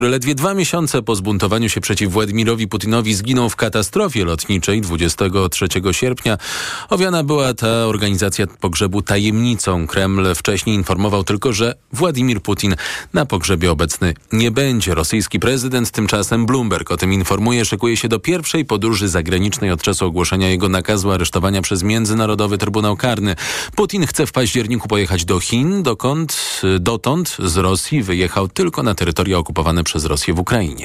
Ledwie 2 miesiące po zbuntowaniu się przeciw Władimirowi Putinowi zginął w katastrofie lotniczej 23 sierpnia. Owiana była ta organizacja pogrzebu tajemnicą. Kreml wcześniej informował tylko, że Władimir Putin na pogrzebie obecny nie będzie. Rosyjski prezydent tymczasem, Bloomberg o tym informuje, szykuje się do pierwszej podróży zagranicznej od czasu ogłoszenia jego nakazu aresztowania przez Międzynarodowy Trybunał Karny. Putin chce w październiku pojechać do Chin, dotąd z Rosji wyjechał tylko na terytoria okupowane przez Rosję w Ukrainie.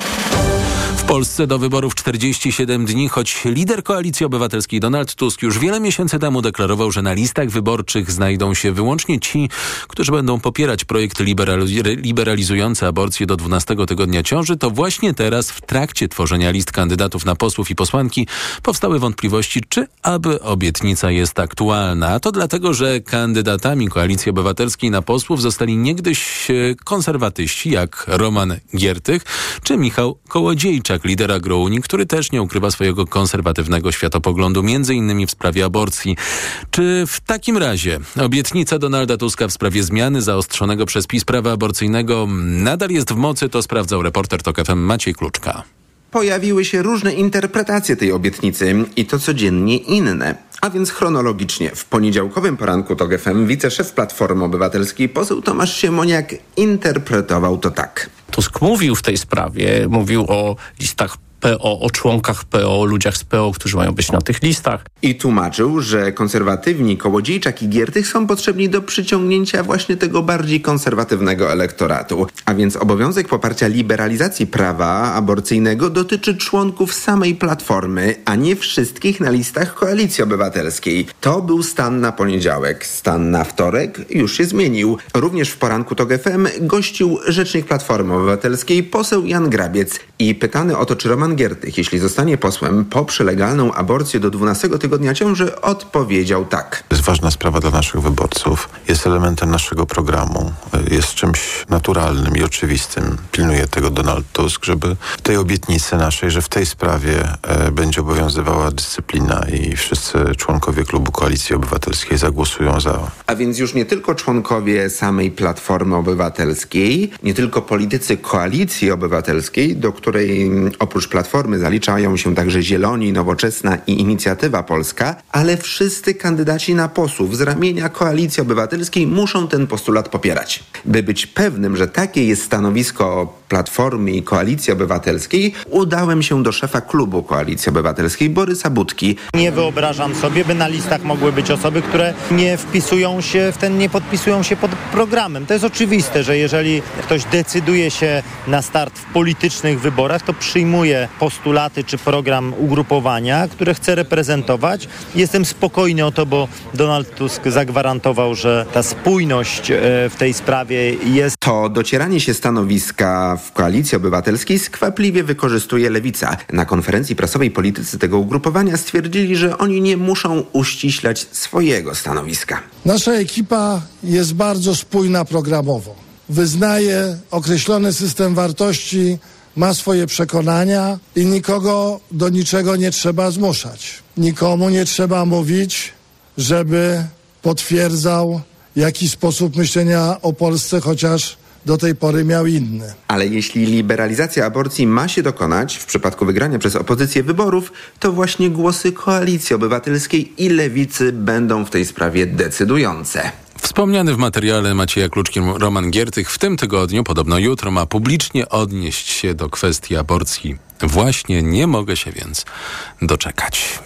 W Polsce do wyborów 47 dni, choć lider Koalicji Obywatelskiej Donald Tusk już wiele miesięcy temu deklarował, że na listach wyborczych znajdą się wyłącznie ci, którzy będą popierać projekt liberalizujący aborcję do 12 tygodnia ciąży, to właśnie teraz w trakcie tworzenia list kandydatów na posłów i posłanki powstały wątpliwości, czy aby obietnica jest aktualna. A to dlatego, że kandydatami Koalicji Obywatelskiej na posłów zostali niegdyś konserwatyści jak Roman Giertych czy Michał Kołodziejczak, lider Agrounii, który też nie ukrywa swojego konserwatywnego światopoglądu, m.in. w sprawie aborcji. Czy w takim razie obietnica Donalda Tuska w sprawie zmiany zaostrzonego przez PiS prawa aborcyjnego nadal jest w mocy? To sprawdzał reporter TOK FM Maciej Kluczka. Pojawiły się różne interpretacje tej obietnicy i to codziennie inne. A więc chronologicznie. W poniedziałkowym poranku TOK FM wiceszef Platformy Obywatelskiej poseł Tomasz Siemoniak interpretował to tak. Tusk mówił w tej sprawie, mówił o listach PO, o członkach PO, o ludziach z PO, którzy mają być na tych listach. I tłumaczył, że konserwatywni Kołodziejczak i Giertych są potrzebni do przyciągnięcia właśnie tego bardziej konserwatywnego elektoratu. A więc obowiązek poparcia liberalizacji prawa aborcyjnego dotyczy członków samej Platformy, a nie wszystkich na listach Koalicji Obywatelskiej. To był stan na poniedziałek. Stan na wtorek już się zmienił. Również w poranku TOK FM gościł rzecznik Platformy Obywatelskiej poseł Jan Grabiec i pytany o to, czy Roman Giertych, jeśli zostanie posłem, poprze legalną aborcję do 12 tygodnia ciąży, odpowiedział tak. To jest ważna sprawa dla naszych wyborców. Jest elementem naszego programu. Jest czymś naturalnym i oczywistym. Pilnuje tego Donald Tusk, żeby w tej obietnicy naszej, że w tej sprawie będzie obowiązywała dyscyplina i wszyscy członkowie klubu Koalicji Obywatelskiej zagłosują za. A więc już nie tylko członkowie samej Platformy Obywatelskiej, nie tylko politycy Koalicji Obywatelskiej, do której oprócz Platformy zaliczają się także Zieloni, Nowoczesna i Inicjatywa Polska, ale wszyscy kandydaci na posłów z ramienia Koalicji Obywatelskiej muszą ten postulat popierać. By być pewnym, że takie jest stanowisko Platformy i Koalicji Obywatelskiej, udałem się do szefa klubu Koalicji Obywatelskiej, Borysa Budki. Nie wyobrażam sobie, by na listach mogły być osoby, które nie wpisują się nie podpisują się pod programem. To jest oczywiste, że jeżeli ktoś decyduje się na start w politycznych wyborach, to przyjmuje postulaty czy program ugrupowania, które chce reprezentować. Jestem spokojny o to, bo Donald Tusk zagwarantował, że ta spójność w tej sprawie jest. To docieranie się stanowiska w Koalicji Obywatelskiej skwapliwie wykorzystuje Lewica. Na konferencji prasowej politycy tego ugrupowania stwierdzili, że oni nie muszą uściślać swojego stanowiska. Nasza ekipa jest bardzo spójna programowo. Wyznaje określony system wartości, ma swoje przekonania i nikogo do niczego nie trzeba zmuszać. Nikomu nie trzeba mówić, żeby potwierdzał jakiś sposób myślenia o Polsce, chociaż do tej pory miał inny. Ale jeśli liberalizacja aborcji ma się dokonać w przypadku wygrania przez opozycję wyborów, to właśnie głosy Koalicji Obywatelskiej i Lewicy będą w tej sprawie decydujące. Wspomniany w materiale Macieja Kluczki Roman Giertych w tym tygodniu, podobno jutro, ma publicznie odnieść się do kwestii aborcji. Właśnie nie mogę się więc doczekać.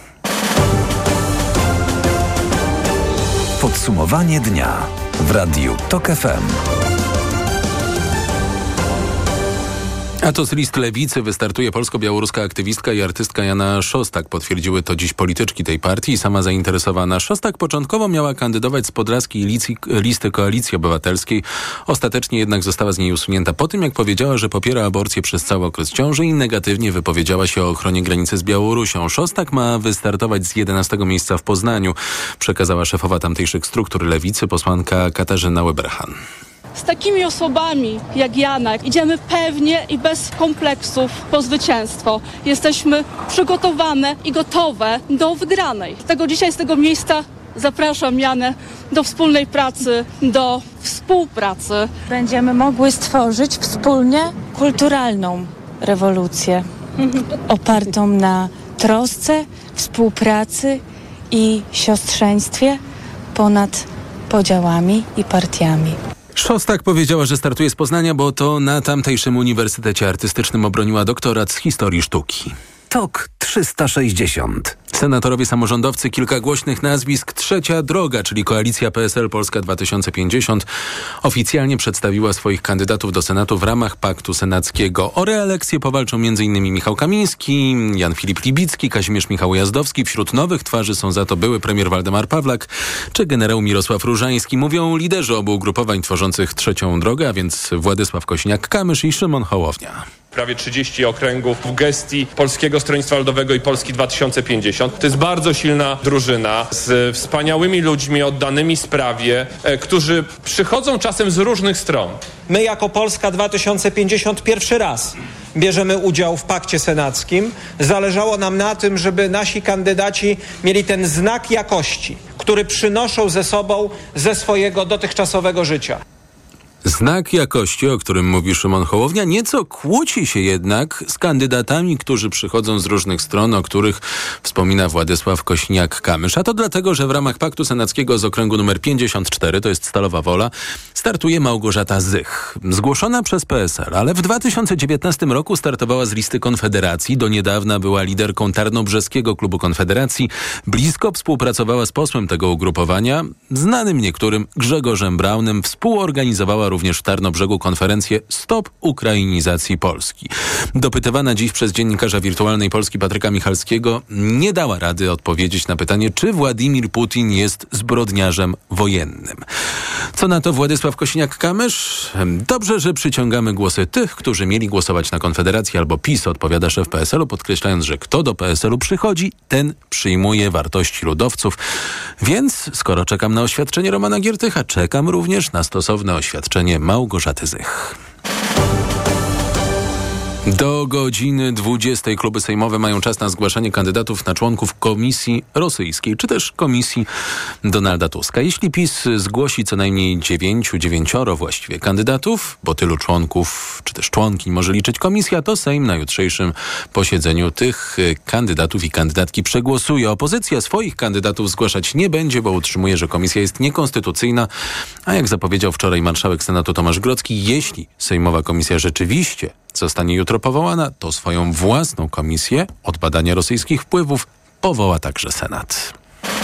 Podsumowanie dnia w Radiu TOK FM. A to z list Lewicy wystartuje polsko-białoruska aktywistka i artystka Jana Szostak. Potwierdziły to dziś polityczki tej partii i sama zainteresowana. Szostak początkowo miała kandydować z podlaskiej listy Koalicji Obywatelskiej. Ostatecznie jednak została z niej usunięta po tym, jak powiedziała, że popiera aborcję przez cały okres ciąży i negatywnie wypowiedziała się o ochronie granicy z Białorusią. Szostak ma wystartować z 11 miejsca w Poznaniu, przekazała szefowa tamtejszych struktur Lewicy, posłanka Katarzyna Weberhan. Z takimi osobami jak Janek idziemy pewnie i bez kompleksów po zwycięstwo. Jesteśmy przygotowane i gotowe do wygranej. Dlatego dzisiaj z tego miejsca zapraszam Janę do wspólnej pracy, do współpracy. Będziemy mogły stworzyć wspólnie kulturalną rewolucję opartą na trosce, współpracy i siostrzeństwie ponad podziałami i partiami. Szostak powiedziała, że startuje z Poznania, bo to na tamtejszym Uniwersytecie Artystycznym obroniła doktorat z historii sztuki. TOK 360. Senatorowie samorządowcy, kilka głośnych nazwisk. Trzecia droga, czyli Koalicja PSL Polska 2050, oficjalnie przedstawiła swoich kandydatów do Senatu w ramach Paktu Senackiego. O reelekcję powalczą m.in. Michał Kamiński, Jan Filip Libicki, Kazimierz Michał Jazdowski. Wśród nowych twarzy są za to były premier Waldemar Pawlak czy generał Mirosław Różański. Mówią liderzy obu ugrupowań tworzących trzecią drogę, a więc Władysław Kosiniak-Kamysz i Szymon Hołownia. Prawie 30 okręgów w gestii Polskiego Stronnictwa Ludowego i Polski 2050. To jest bardzo silna drużyna z wspaniałymi ludźmi oddanymi sprawie, którzy przychodzą czasem z różnych stron. My jako Polska 2050 pierwszy raz bierzemy udział w pakcie senackim. Zależało nam na tym, żeby nasi kandydaci mieli ten znak jakości, który przynoszą ze swojego dotychczasowego życia. Znak jakości, o którym mówi Szymon Hołownia, nieco kłóci się jednak z kandydatami, którzy przychodzą z różnych stron, o których wspomina Władysław Kosiniak-Kamysz. A to dlatego, że w ramach Paktu Senackiego z okręgu numer 54, to jest Stalowa Wola, startuje Małgorzata Zych. Zgłoszona przez PSL, ale w 2019 roku startowała z listy Konfederacji. Do niedawna była liderką Tarnobrzeskiego Klubu Konfederacji. Blisko współpracowała z posłem tego ugrupowania, znanym niektórym Grzegorzem Braunem. Współorganizowała również w Tarnobrzegu konferencję Stop Ukrainizacji Polski. Dopytywana dziś przez dziennikarza Wirtualnej Polski Patryka Michalskiego, nie dała rady odpowiedzieć na pytanie, czy Władimir Putin jest zbrodniarzem wojennym. Co na to Władysław Kosiniak-Kamysz? Dobrze, że przyciągamy głosy tych, którzy mieli głosować na Konfederację albo PiS, odpowiada szef PSL-u, podkreślając, że kto do PSL-u przychodzi, ten przyjmuje wartości ludowców. Więc skoro czekam na oświadczenie Romana Giertycha, czekam również na stosowne oświadczenie Małgorzaty Zych. Do godziny 20 kluby sejmowe mają czas na zgłaszanie kandydatów na członków komisji rosyjskiej, czy też komisji Donalda Tuska. Jeśli PiS zgłosi co najmniej 9 właściwie kandydatów, bo tylu członków, czy też członkiń może liczyć komisja, to Sejm na jutrzejszym posiedzeniu tych kandydatów i kandydatki przegłosuje. Opozycja swoich kandydatów zgłaszać nie będzie, bo utrzymuje, że komisja jest niekonstytucyjna, a jak zapowiedział wczoraj marszałek Senatu Tomasz Grodzki, jeśli sejmowa komisja rzeczywiście zostanie jutro powołana, to swoją własną komisję od badania rosyjskich wpływów powoła także Senat.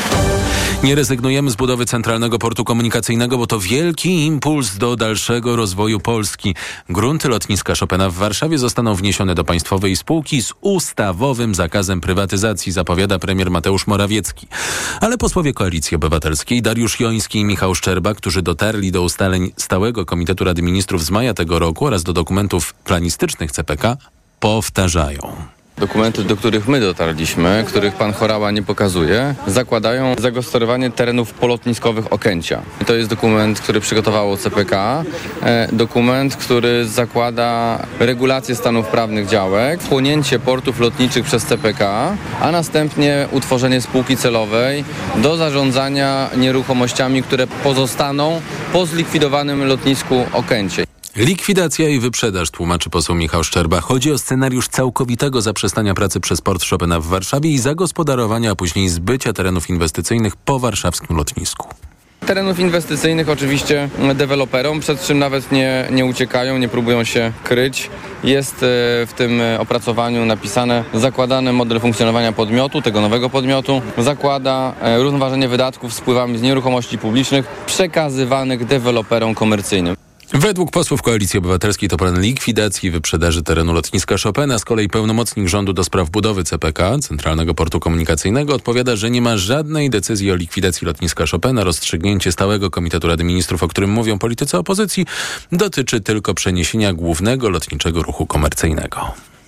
Nie rezygnujemy z budowy Centralnego Portu Komunikacyjnego, bo to wielki impuls do dalszego rozwoju Polski. Grunty lotniska Chopina w Warszawie zostaną wniesione do państwowej spółki z ustawowym zakazem prywatyzacji, zapowiada premier Mateusz Morawiecki. Ale posłowie Koalicji Obywatelskiej Dariusz Joński i Michał Szczerba, którzy dotarli do ustaleń Stałego Komitetu Rady Ministrów z maja tego roku oraz do dokumentów planistycznych CPK, powtarzają. Dokumenty, do których my dotarliśmy, których pan Horała nie pokazuje, zakładają zagospodarowanie terenów polotniskowych Okęcia. To jest dokument, który przygotowało CPK, dokument, który zakłada regulację stanów prawnych działek, wchłonięcie portów lotniczych przez CPK, a następnie utworzenie spółki celowej do zarządzania nieruchomościami, które pozostaną po zlikwidowanym lotnisku Okęcie. Likwidacja i wyprzedaż, tłumaczy poseł Michał Szczerba. Chodzi o scenariusz całkowitego zaprzestania pracy przez port Chopina w Warszawie i zagospodarowania, a później zbycia terenów inwestycyjnych po warszawskim lotnisku. Terenów inwestycyjnych oczywiście deweloperom, przed czym nawet nie uciekają, nie próbują się kryć. Jest w tym opracowaniu napisane, zakładany model funkcjonowania podmiotu, tego nowego podmiotu, zakłada równoważenie wydatków z wpływami z nieruchomości publicznych przekazywanych deweloperom komercyjnym. Według posłów Koalicji Obywatelskiej to plan likwidacji i wyprzedaży terenu lotniska Chopina. Z kolei pełnomocnik rządu do spraw budowy CPK, Centralnego Portu Komunikacyjnego, odpowiada, że nie ma żadnej decyzji o likwidacji lotniska Chopina. Rozstrzygnięcie Stałego Komitetu Rady Ministrów, o którym mówią politycy opozycji, dotyczy tylko przeniesienia głównego lotniczego ruchu komercyjnego.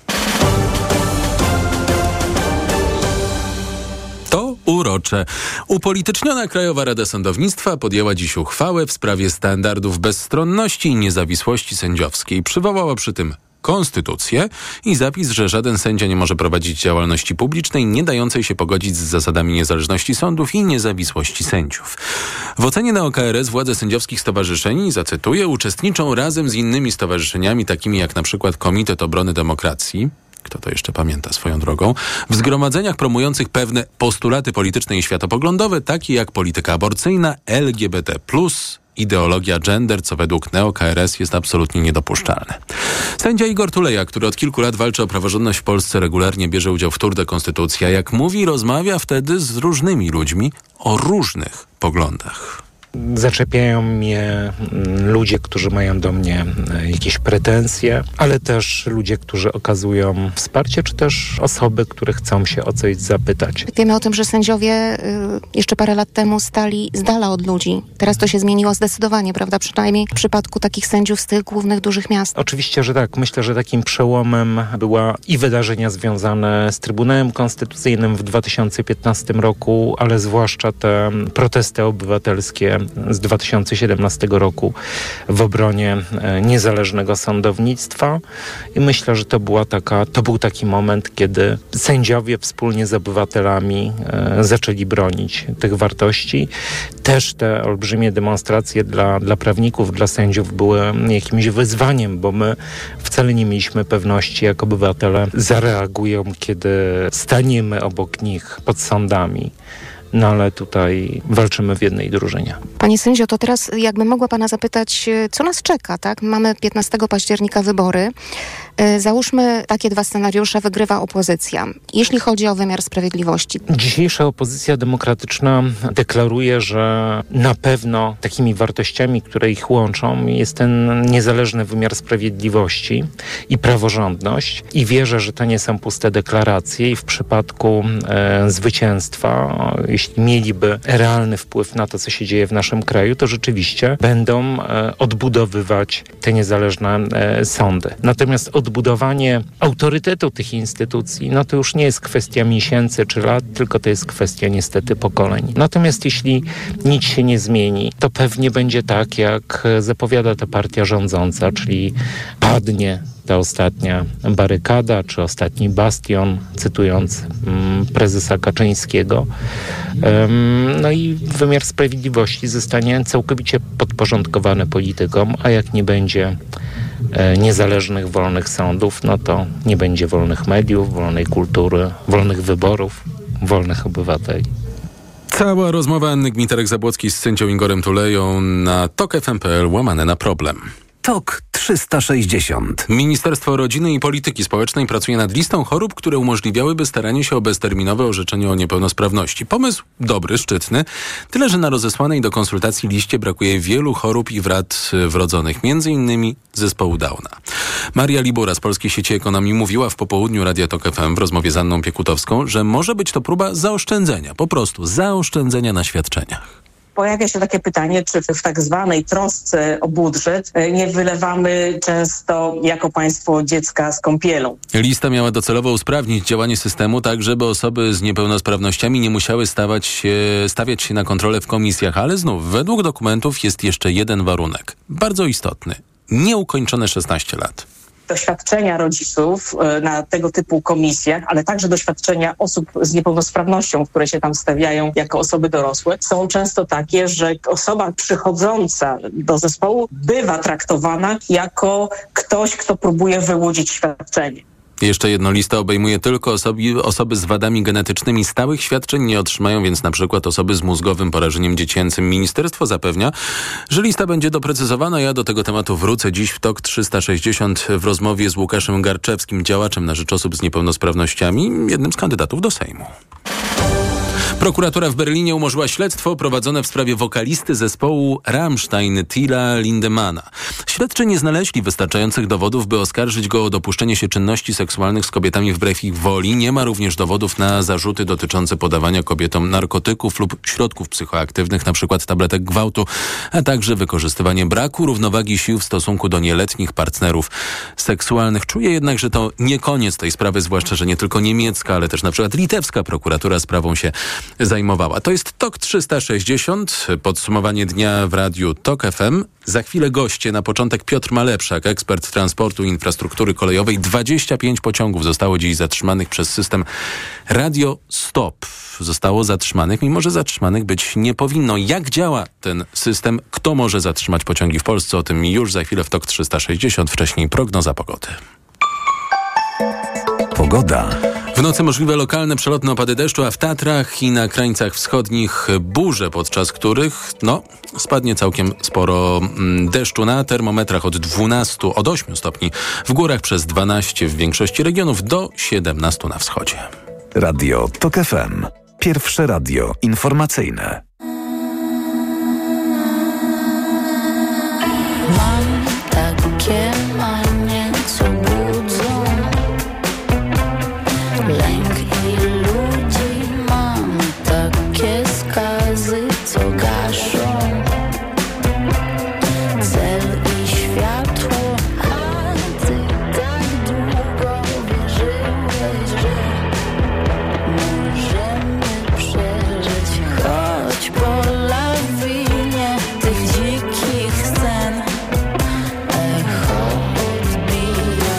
To urocze. Upolityczniona Krajowa Rada Sądownictwa podjęła dziś uchwałę w sprawie standardów bezstronności i niezawisłości sędziowskiej. Przywołała przy tym konstytucję i zapis, że żaden sędzia nie może prowadzić działalności publicznej nie dającej się pogodzić z zasadami niezależności sądów i niezawisłości sędziów. W ocenie neo-KRS władze sędziowskich stowarzyszeń, zacytuję, uczestniczą razem z innymi stowarzyszeniami, takimi jak na przykład Komitet Obrony Demokracji, kto to jeszcze pamięta swoją drogą, w zgromadzeniach promujących pewne postulaty polityczne i światopoglądowe, takie jak polityka aborcyjna, LGBT+, ideologia gender, co według neo-KRS jest absolutnie niedopuszczalne. Sędzia Igor Tuleja, który od kilku lat walczy o praworządność w Polsce, regularnie bierze udział w Tour de Konstytucja. Jak mówi, rozmawia wtedy z różnymi ludźmi o różnych poglądach. Zaczepiają mnie ludzie, którzy mają do mnie jakieś pretensje, ale też ludzie, którzy okazują wsparcie, czy też osoby, które chcą się o coś zapytać. Wiemy o tym, że sędziowie jeszcze parę lat temu stali z dala od ludzi. Teraz to się zmieniło zdecydowanie, prawda? Przynajmniej w przypadku takich sędziów z tych głównych, dużych miast. Oczywiście, że tak. Myślę, że takim przełomem była i wydarzenia związane z Trybunałem Konstytucyjnym w 2015 roku, ale zwłaszcza te protesty obywatelskie z 2017 roku w obronie niezależnego sądownictwa i myślę, że to był taki moment, kiedy sędziowie wspólnie z obywatelami zaczęli bronić tych wartości. Też te olbrzymie demonstracje dla prawników, dla sędziów były jakimś wyzwaniem, bo my wcale nie mieliśmy pewności, jak obywatele zareagują, kiedy staniemy obok nich pod sądami. No ale tutaj walczymy w jednej drużynie. Panie sędzio, to teraz jakbym mogła pana zapytać, co nas czeka, tak? Mamy 15 października wybory. Załóżmy takie dwa scenariusze, wygrywa opozycja. Jeśli chodzi o wymiar sprawiedliwości. Dzisiejsza opozycja demokratyczna deklaruje, że na pewno takimi wartościami, które ich łączą, jest ten niezależny wymiar sprawiedliwości i praworządność. I wierzę, że to nie są puste deklaracje i w przypadku zwycięstwa, jeśli mieliby realny wpływ na to, co się dzieje w naszym kraju, to rzeczywiście będą odbudowywać te niezależne sądy. Natomiast odbudowanie autorytetu tych instytucji, no to już nie jest kwestia miesięcy czy lat, tylko to jest kwestia niestety pokoleń. Natomiast jeśli nic się nie zmieni, to pewnie będzie tak, jak zapowiada ta partia rządząca, czyli padnie ta ostatnia barykada, czy ostatni bastion, cytując prezesa Kaczyńskiego. No i wymiar sprawiedliwości zostanie całkowicie podporządkowany politykom, a jak nie będzie niezależnych, wolnych sądów, no to nie będzie wolnych mediów, wolnej kultury, wolnych wyborów, wolnych obywateli. Cała rozmowa Anny Gmiterek-Zabłockiej z sędzią Igorem Tuleją na tokfm.pl/problem. TOK 360. Ministerstwo Rodziny i Polityki Społecznej pracuje nad listą chorób, które umożliwiałyby staranie się o bezterminowe orzeczenie o niepełnosprawności. Pomysł dobry, szczytny, tyle że na rozesłanej do konsultacji liście brakuje wielu chorób i wad wrodzonych, m.in. zespołu Downa. Maria Libura z Polskiej Sieci Ekonomii mówiła w popołudniu Radia TOK FM w rozmowie z Anną Piekutowską, że może być to próba zaoszczędzenia, po prostu zaoszczędzenia na świadczeniach. Pojawia się takie pytanie, czy w tak zwanej trosce o budżet nie wylewamy często jako państwo dziecka z kąpielą. Lista miała docelowo usprawnić działanie systemu tak, żeby osoby z niepełnosprawnościami nie musiały stawiać się na kontrolę w komisjach, ale znów według dokumentów jest jeszcze jeden warunek, bardzo istotny, nieukończone 16 lat. Doświadczenia rodziców na tego typu komisjach, ale także doświadczenia osób z niepełnosprawnością, które się tam stawiają jako osoby dorosłe, są często takie, że osoba przychodząca do zespołu bywa traktowana jako ktoś, kto próbuje wyłudzić świadczenie. Jeszcze jedno, lista obejmuje tylko osoby z wadami genetycznymi. Stałych świadczeń nie otrzymają więc na przykład osoby z mózgowym porażeniem dziecięcym. Ministerstwo zapewnia, że lista będzie doprecyzowana. Ja do tego tematu wrócę dziś w TOK 360 w rozmowie z Łukaszem Garczewskim, działaczem na rzecz osób z niepełnosprawnościami, jednym z kandydatów do Sejmu. Prokuratura w Berlinie umorzyła śledztwo prowadzone w sprawie wokalisty zespołu Rammstein Tilla Lindemana. Śledczy nie znaleźli wystarczających dowodów, by oskarżyć go o dopuszczenie się czynności seksualnych z kobietami wbrew ich woli. Nie ma również dowodów na zarzuty dotyczące podawania kobietom narkotyków lub środków psychoaktywnych, np. tabletek gwałtu, a także wykorzystywanie braku równowagi sił w stosunku do nieletnich partnerów seksualnych. Czuję jednak, że to nie koniec tej sprawy, zwłaszcza, że nie tylko niemiecka, ale też np. litewska prokuratura sprawą się zajmowała. To jest TOK 360, podsumowanie dnia w radiu TOK FM. Za chwilę goście, na początek Piotr Malepszak, ekspert transportu i infrastruktury kolejowej. 25 pociągów zostało dziś zatrzymanych przez system Radio Stop. Zostało zatrzymanych, mimo że zatrzymanych być nie powinno. Jak działa ten system? Kto może zatrzymać pociągi w Polsce? O tym już za chwilę w TOK 360. Wcześniej prognoza pogody. Pogoda. W nocy możliwe lokalne przelotne opady deszczu, a w Tatrach i na krańcach wschodnich burze, podczas których spadnie całkiem sporo deszczu. Na termometrach od 8 stopni w górach, przez 12 w większości regionów, do 17 na wschodzie. Radio TOK FM. Pierwsze radio informacyjne. Mam takie manie, co budzą lęk i ludzi. Mam takie skazy, co gaszą cel i światło. A ty tak długo wierzyłeś, że możemy przeżyć, choć po lawinie tych dzikich scen echo odbija.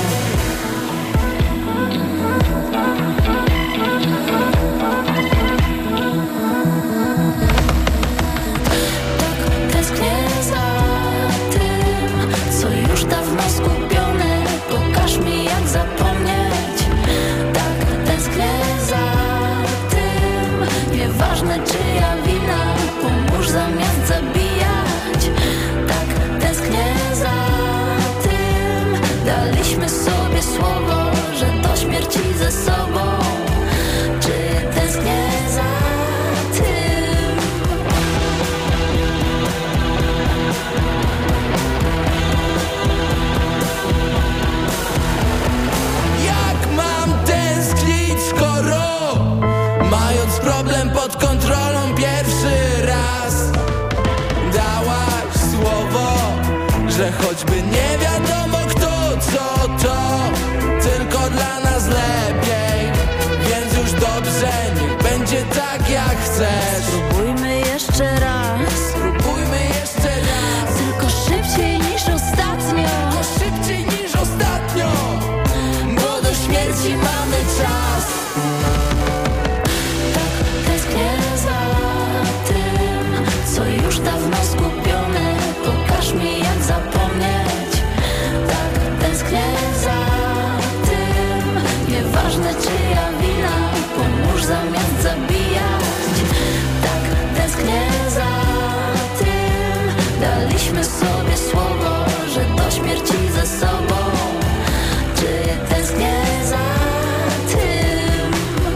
Tak tęsknię za tym, co już dawno skupione. Pokaż mi, jak zapomnieć. Tak tęsknię za tym, nieważne czyja wina, pomóż zamiast zabijać. Tak tęsknię za tym, daliśmy sobie słowo, że do śmierci ze sobą. Czy tęsknię za tym? Jak mam tęsknić, skoro mając problem pod kontrolą pierwszy raz dałaś słowo, że choćby nie wiadomo kto, co to, tylko dla nas lepiej. Więc już dobrze, niech będzie tak jak chcesz. Spróbujmy jeszcze raz, Spróbujmy jeszcze raz, tylko szybciej niż ostatnio. tylko szybciej niż ostatnio, bo do śmierci mamy czas. Tak tęsknię za tym, co już dawno skupione. Pokaż mi, jak zapomnieć. Tak tęsknię za tym, nieważne czyja wina, pomóż zamiast zabijać. Tak tęsknię za tym, daliśmy sobie słowo, że do śmierci ze sobą. Czy tęsknię za tym?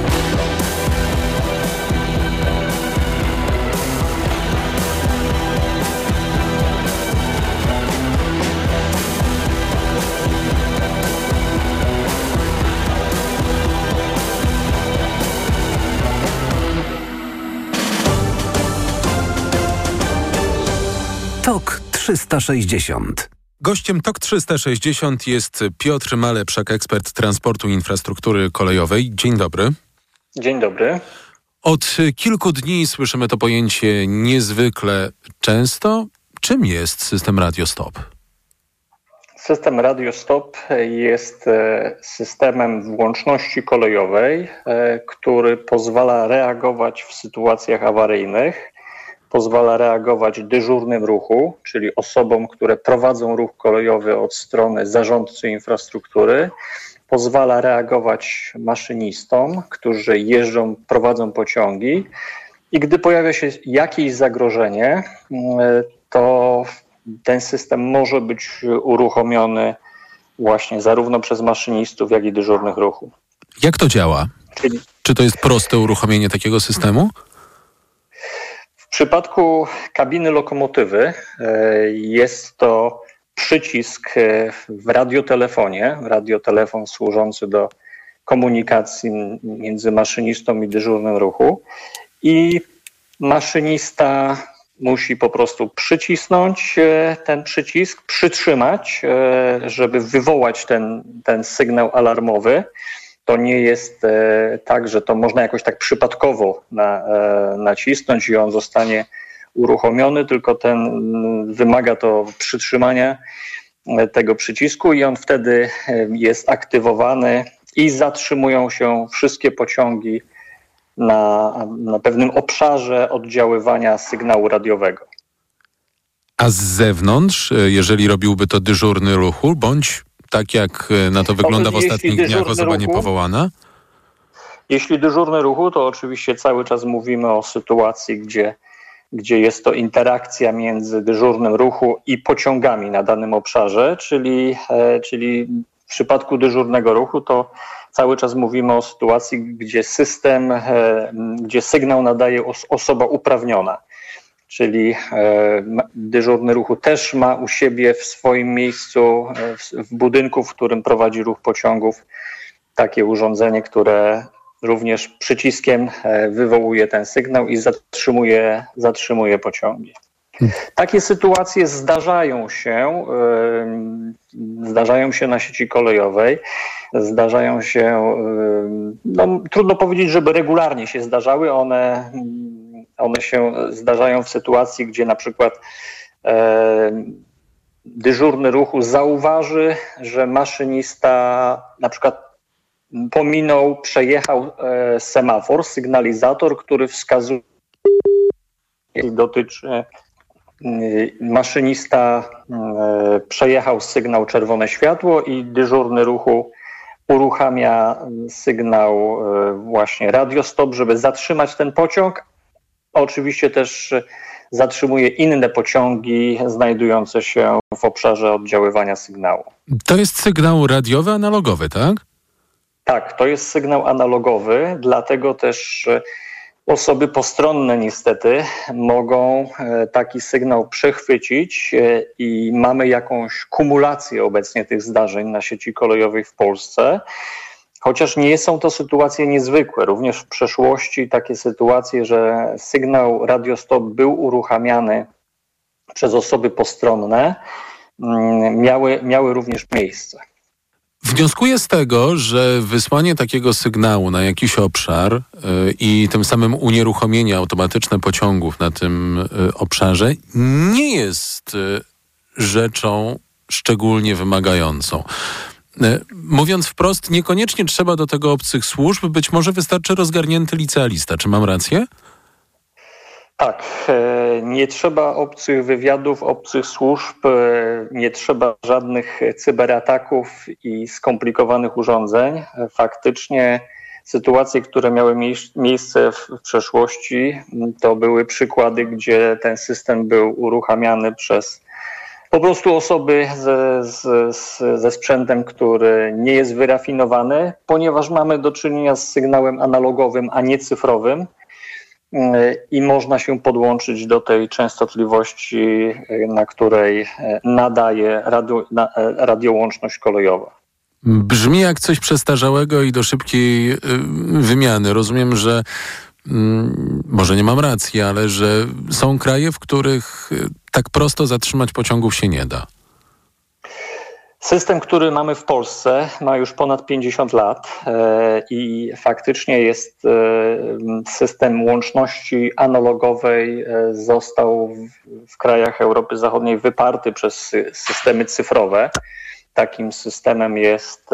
TOK 360. Gościem TOK 360 jest Piotr Malepszak, ekspert transportu i infrastruktury kolejowej. Dzień dobry. Dzień dobry. Od kilku dni słyszymy to pojęcie niezwykle często. Czym jest system Radio Stop? System Radio Stop jest systemem łączności kolejowej, który pozwala reagować w sytuacjach awaryjnych, pozwala reagować dyżurnym ruchu, czyli osobom, które prowadzą ruch kolejowy od strony zarządcy infrastruktury, pozwala reagować maszynistom, którzy jeżdżą, prowadzą pociągi i gdy pojawia się jakieś zagrożenie, to ten system może być uruchomiony właśnie zarówno przez maszynistów, jak i dyżurnych ruchu. Jak to działa? Czy to jest proste uruchomienie takiego systemu? W przypadku kabiny lokomotywy jest to przycisk w radiotelefonie, radiotelefon służący do komunikacji między maszynistą i dyżurnym ruchu i maszynista musi po prostu przycisnąć ten przycisk, przytrzymać, żeby wywołać ten sygnał alarmowy. To nie jest tak, że to można jakoś tak przypadkowo nacisnąć i on zostanie uruchomiony, tylko wymaga to przytrzymania tego przycisku i on wtedy jest aktywowany i zatrzymują się wszystkie pociągi na pewnym obszarze oddziaływania sygnału radiowego. A z zewnątrz, jeżeli robiłby to dyżurny ruchu, bądź tak jak na to wygląda w ostatnich dniach osoba niepowołana? Jeśli dyżurny ruchu, to oczywiście cały czas mówimy o sytuacji, gdzie jest to interakcja między dyżurnym ruchu i pociągami na danym obszarze, czyli w przypadku dyżurnego ruchu to cały czas mówimy o sytuacji, gdzie sygnał nadaje osoba uprawniona. Czyli dyżurny ruchu też ma u siebie w swoim miejscu, w budynku, w którym prowadzi ruch pociągów, takie urządzenie, które również przyciskiem wywołuje ten sygnał i zatrzymuje pociągi. Takie sytuacje zdarzają się na sieci kolejowej, zdarzają się, trudno powiedzieć, żeby regularnie się zdarzały, one się zdarzają w sytuacji, gdzie na przykład dyżurny ruchu zauważy, że maszynista na przykład przejechał semafor, sygnalizator, który wskazuje, maszynista przejechał sygnał czerwone światło i dyżurny ruchu uruchamia sygnał właśnie radiostop, żeby zatrzymać ten pociąg. Oczywiście też zatrzymuje inne pociągi znajdujące się w obszarze oddziaływania sygnału. To jest sygnał radiowy, analogowy, tak? Tak, to jest sygnał analogowy, dlatego też osoby postronne niestety mogą taki sygnał przechwycić i mamy jakąś kumulację obecnie tych zdarzeń na sieci kolejowej w Polsce. Chociaż nie są to sytuacje niezwykłe. Również w przeszłości takie sytuacje, że sygnał radiostop był uruchamiany przez osoby postronne, miały również miejsce. Wnioskuję z tego, że wysłanie takiego sygnału na jakiś obszar i tym samym unieruchomienie automatyczne pociągów na tym obszarze nie jest rzeczą szczególnie wymagającą. Mówiąc wprost, niekoniecznie trzeba do tego obcych służb, być może wystarczy rozgarnięty licealista. Czy mam rację? Tak, nie trzeba obcych wywiadów, obcych służb, nie trzeba żadnych cyberataków i skomplikowanych urządzeń. Faktycznie sytuacje, które miały miejsce w przeszłości, to były przykłady, gdzie ten system był uruchamiany przez po prostu osoby ze sprzętem, który nie jest wyrafinowany, ponieważ mamy do czynienia z sygnałem analogowym, a nie cyfrowym i można się podłączyć do tej częstotliwości, na której nadaje radiołączność kolejowa. Brzmi jak coś przestarzałego i do szybkiej wymiany. Rozumiem, że może nie mam racji, ale że są kraje, w których tak prosto zatrzymać pociągów się nie da. System, który mamy w Polsce, ma już ponad 50 lat i faktycznie jest system łączności analogowej, został w krajach Europy Zachodniej wyparty przez systemy cyfrowe. Takim systemem jest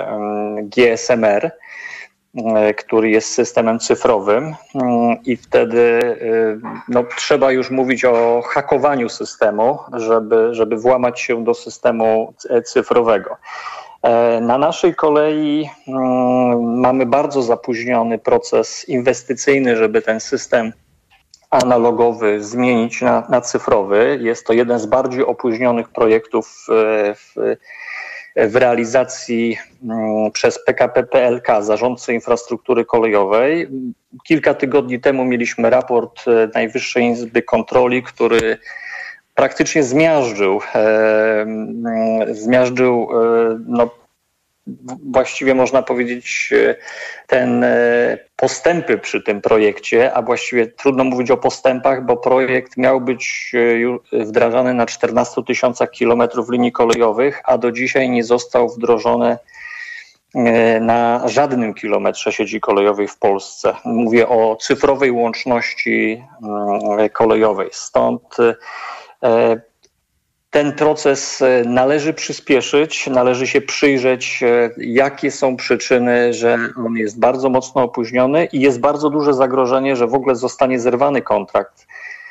GSMR, który jest systemem cyfrowym i wtedy trzeba już mówić o hakowaniu systemu, żeby włamać się do systemu cyfrowego. Na naszej kolei mamy bardzo zapóźniony proces inwestycyjny, żeby ten system analogowy zmienić na cyfrowy. Jest to jeden z bardziej opóźnionych projektów w realizacji przez PKP PLK, zarządcę infrastruktury kolejowej. Kilka tygodni temu mieliśmy raport Najwyższej Izby Kontroli, który praktycznie zmiażdżył właściwie można powiedzieć postępy przy tym projekcie, a właściwie trudno mówić o postępach, bo projekt miał być wdrażany na 14 000 kilometrów linii kolejowych, a do dzisiaj nie został wdrożony na żadnym kilometrze sieci kolejowej w Polsce. Mówię o cyfrowej łączności kolejowej. Stąd ten proces należy przyspieszyć, należy się przyjrzeć, jakie są przyczyny, że on jest bardzo mocno opóźniony i jest bardzo duże zagrożenie, że w ogóle zostanie zerwany kontrakt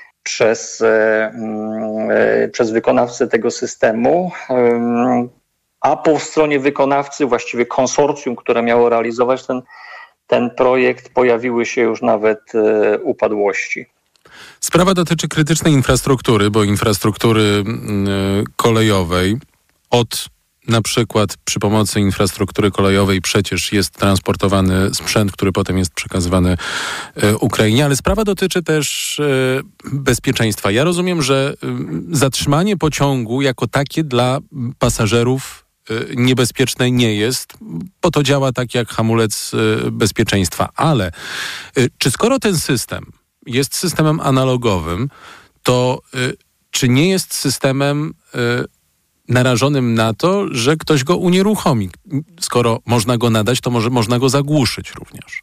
przez wykonawcę tego systemu, a po stronie wykonawcy, właściwie konsorcjum, które miało realizować ten projekt, pojawiły się już nawet upadłości. Sprawa dotyczy krytycznej infrastruktury, bo infrastruktury kolejowej na przykład przy pomocy infrastruktury kolejowej przecież jest transportowany sprzęt, który potem jest przekazywany Ukrainie, ale sprawa dotyczy też bezpieczeństwa. Ja rozumiem, że zatrzymanie pociągu jako takie dla pasażerów niebezpieczne nie jest, bo to działa tak jak hamulec bezpieczeństwa. Ale czy skoro ten system jest systemem analogowym, to czy nie jest systemem narażonym na to, że ktoś go unieruchomi? Skoro można go nadać, to może można go zagłuszyć również.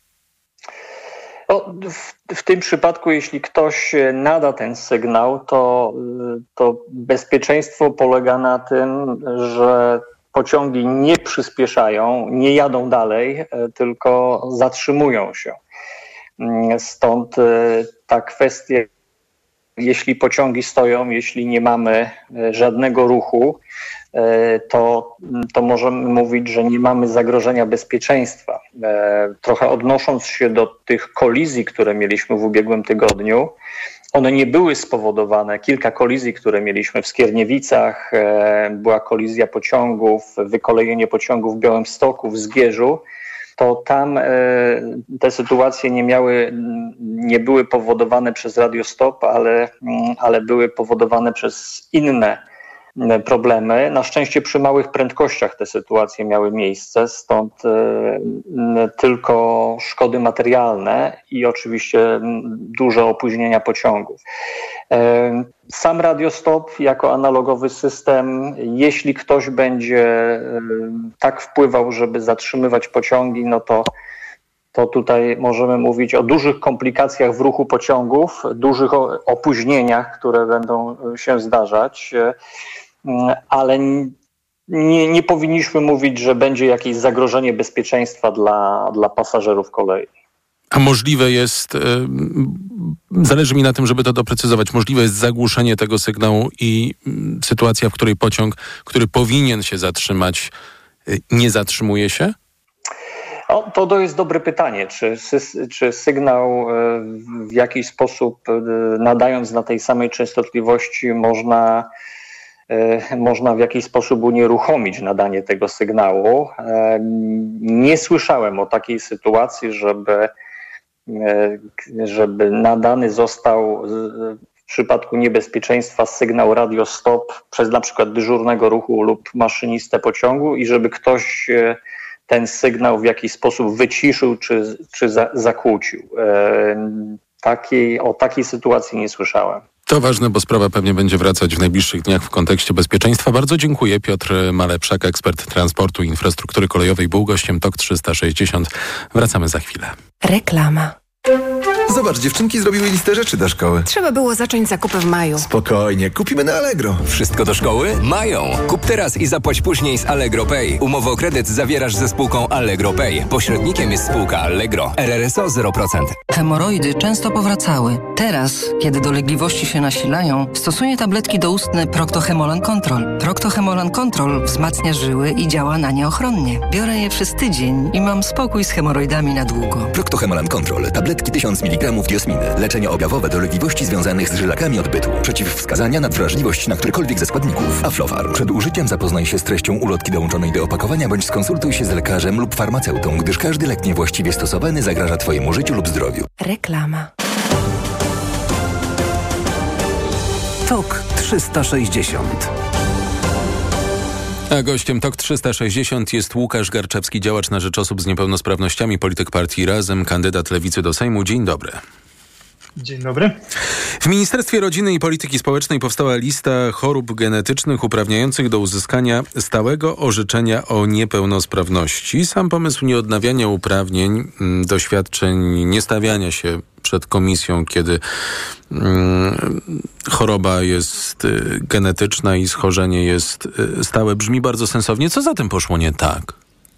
W tym przypadku, jeśli ktoś nada ten sygnał, to bezpieczeństwo polega na tym, że pociągi nie przyspieszają, nie jadą dalej, tylko zatrzymują się. Stąd ta kwestia, jeśli pociągi stoją, jeśli nie mamy żadnego ruchu, to możemy mówić, że nie mamy zagrożenia bezpieczeństwa. Trochę odnosząc się do tych kolizji, które mieliśmy w ubiegłym tygodniu, one nie były spowodowane, kilka kolizji, które mieliśmy w Skierniewicach, była kolizja pociągów, wykolejenie pociągów w Białymstoku, w Zgierzu, to tam te sytuacje nie były powodowane przez Radio Stop, ale były powodowane przez inne problemy. Na szczęście przy małych prędkościach te sytuacje miały miejsce, stąd tylko szkody materialne i oczywiście duże opóźnienia pociągów. Sam Radio Stop jako analogowy system, jeśli ktoś będzie tak wpływał, żeby zatrzymywać pociągi, no to tutaj możemy mówić o dużych komplikacjach w ruchu pociągów, dużych opóźnieniach, które będą się zdarzać, ale nie powinniśmy mówić, że będzie jakieś zagrożenie bezpieczeństwa dla pasażerów kolei. A możliwe jest, zależy mi na tym, żeby to doprecyzować, możliwe jest zagłuszenie tego sygnału i sytuacja, w której pociąg, który powinien się zatrzymać, nie zatrzymuje się? To jest dobre pytanie. Czy sygnał w jakiś sposób, nadając na tej samej częstotliwości, można w jakiś sposób unieruchomić nadanie tego sygnału? Nie słyszałem o takiej sytuacji, żeby nadany został w przypadku niebezpieczeństwa sygnał Radio Stop przez na przykład dyżurnego ruchu lub maszynistę pociągu i żeby ktoś ten sygnał w jakiś sposób wyciszył czy zakłócił. O takiej sytuacji nie słyszałem. To ważne, bo sprawa pewnie będzie wracać w najbliższych dniach w kontekście bezpieczeństwa. Bardzo dziękuję. Piotr Malepszak, ekspert transportu i infrastruktury kolejowej, był gościem TOK 360. Wracamy za chwilę. Reklama. Zobacz, dziewczynki zrobiły listę rzeczy do szkoły. Trzeba było zacząć zakupy w maju. Spokojnie, kupimy na Allegro. Wszystko do szkoły? Mają. Kup teraz i zapłać później z Allegro Pay. Umowę o kredyt zawierasz ze spółką Allegro Pay. Pośrednikiem jest spółka Allegro. RRSO 0%. Hemoroidy często powracały. Teraz, kiedy dolegliwości się nasilają, stosuję tabletki doustne Procto-Hemolan Control. Procto-Hemolan Control wzmacnia żyły i działa na nie ochronnie. Biorę je przez tydzień i mam spokój z hemoroidami na długo. Procto-Hemolan Control. Tabletki 1000 mg diosminy. Leczenie objawowe dolegliwości związanych z żylakami odbytu. Przeciwwskazania na wrażliwość na którykolwiek ze składników. Aflofarm. Przed użyciem zapoznaj się z treścią ulotki dołączonej do opakowania bądź skonsultuj się z lekarzem lub farmaceutą, gdyż każdy lek niewłaściwie stosowany zagraża Twojemu życiu lub zdrowiu. Reklama. TOK 360. A gościem TOK 360 jest Łukasz Garczewski, działacz na rzecz osób z niepełnosprawnościami, polityk partii Razem, kandydat Lewicy do Sejmu. Dzień dobry. Dzień dobry. W Ministerstwie Rodziny i Polityki Społecznej powstała lista chorób genetycznych uprawniających do uzyskania stałego orzeczenia o niepełnosprawności. Sam pomysł nieodnawiania uprawnień do świadczeń, nie stawiania się przed komisją, kiedy choroba jest genetyczna i schorzenie jest stałe, brzmi bardzo sensownie. Co za tym poszło nie tak?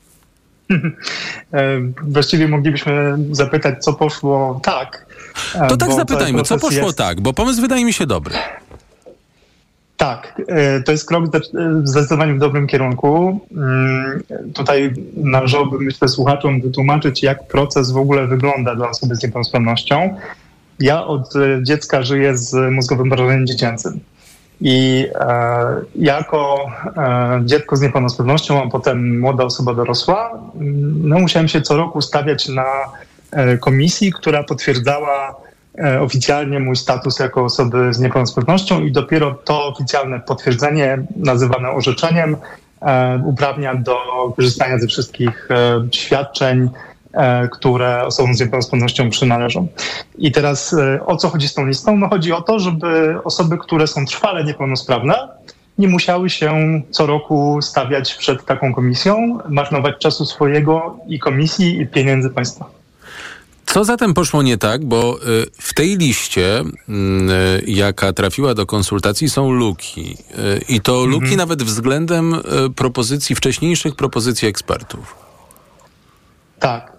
Właściwie moglibyśmy zapytać, co poszło tak. To tak zapytajmy, co poszło tak, bo pomysł wydaje mi się dobry. Tak, to jest krok zdecydowanie w dobrym kierunku. Tutaj należałoby, myślę, słuchaczom wytłumaczyć, jak proces w ogóle wygląda dla osoby z niepełnosprawnością. Ja od dziecka żyję z mózgowym porażeniem dziecięcym. I jako dziecko z niepełnosprawnością, a potem młoda osoba dorosła, musiałem się co roku stawiać na komisji, która potwierdzała oficjalnie mój status jako osoby z niepełnosprawnością i dopiero to oficjalne potwierdzenie, nazywane orzeczeniem, uprawnia do korzystania ze wszystkich świadczeń, które osobom z niepełnosprawnością przynależą. I teraz o co chodzi z tą listą? No chodzi o to, żeby osoby, które są trwale niepełnosprawne, nie musiały się co roku stawiać przed taką komisją, marnować czasu swojego i komisji, i pieniędzy państwa. Co zatem poszło nie tak, bo w tej liście, jaka trafiła do konsultacji, są luki. I to luki nawet względem wcześniejszych propozycji ekspertów. Tak.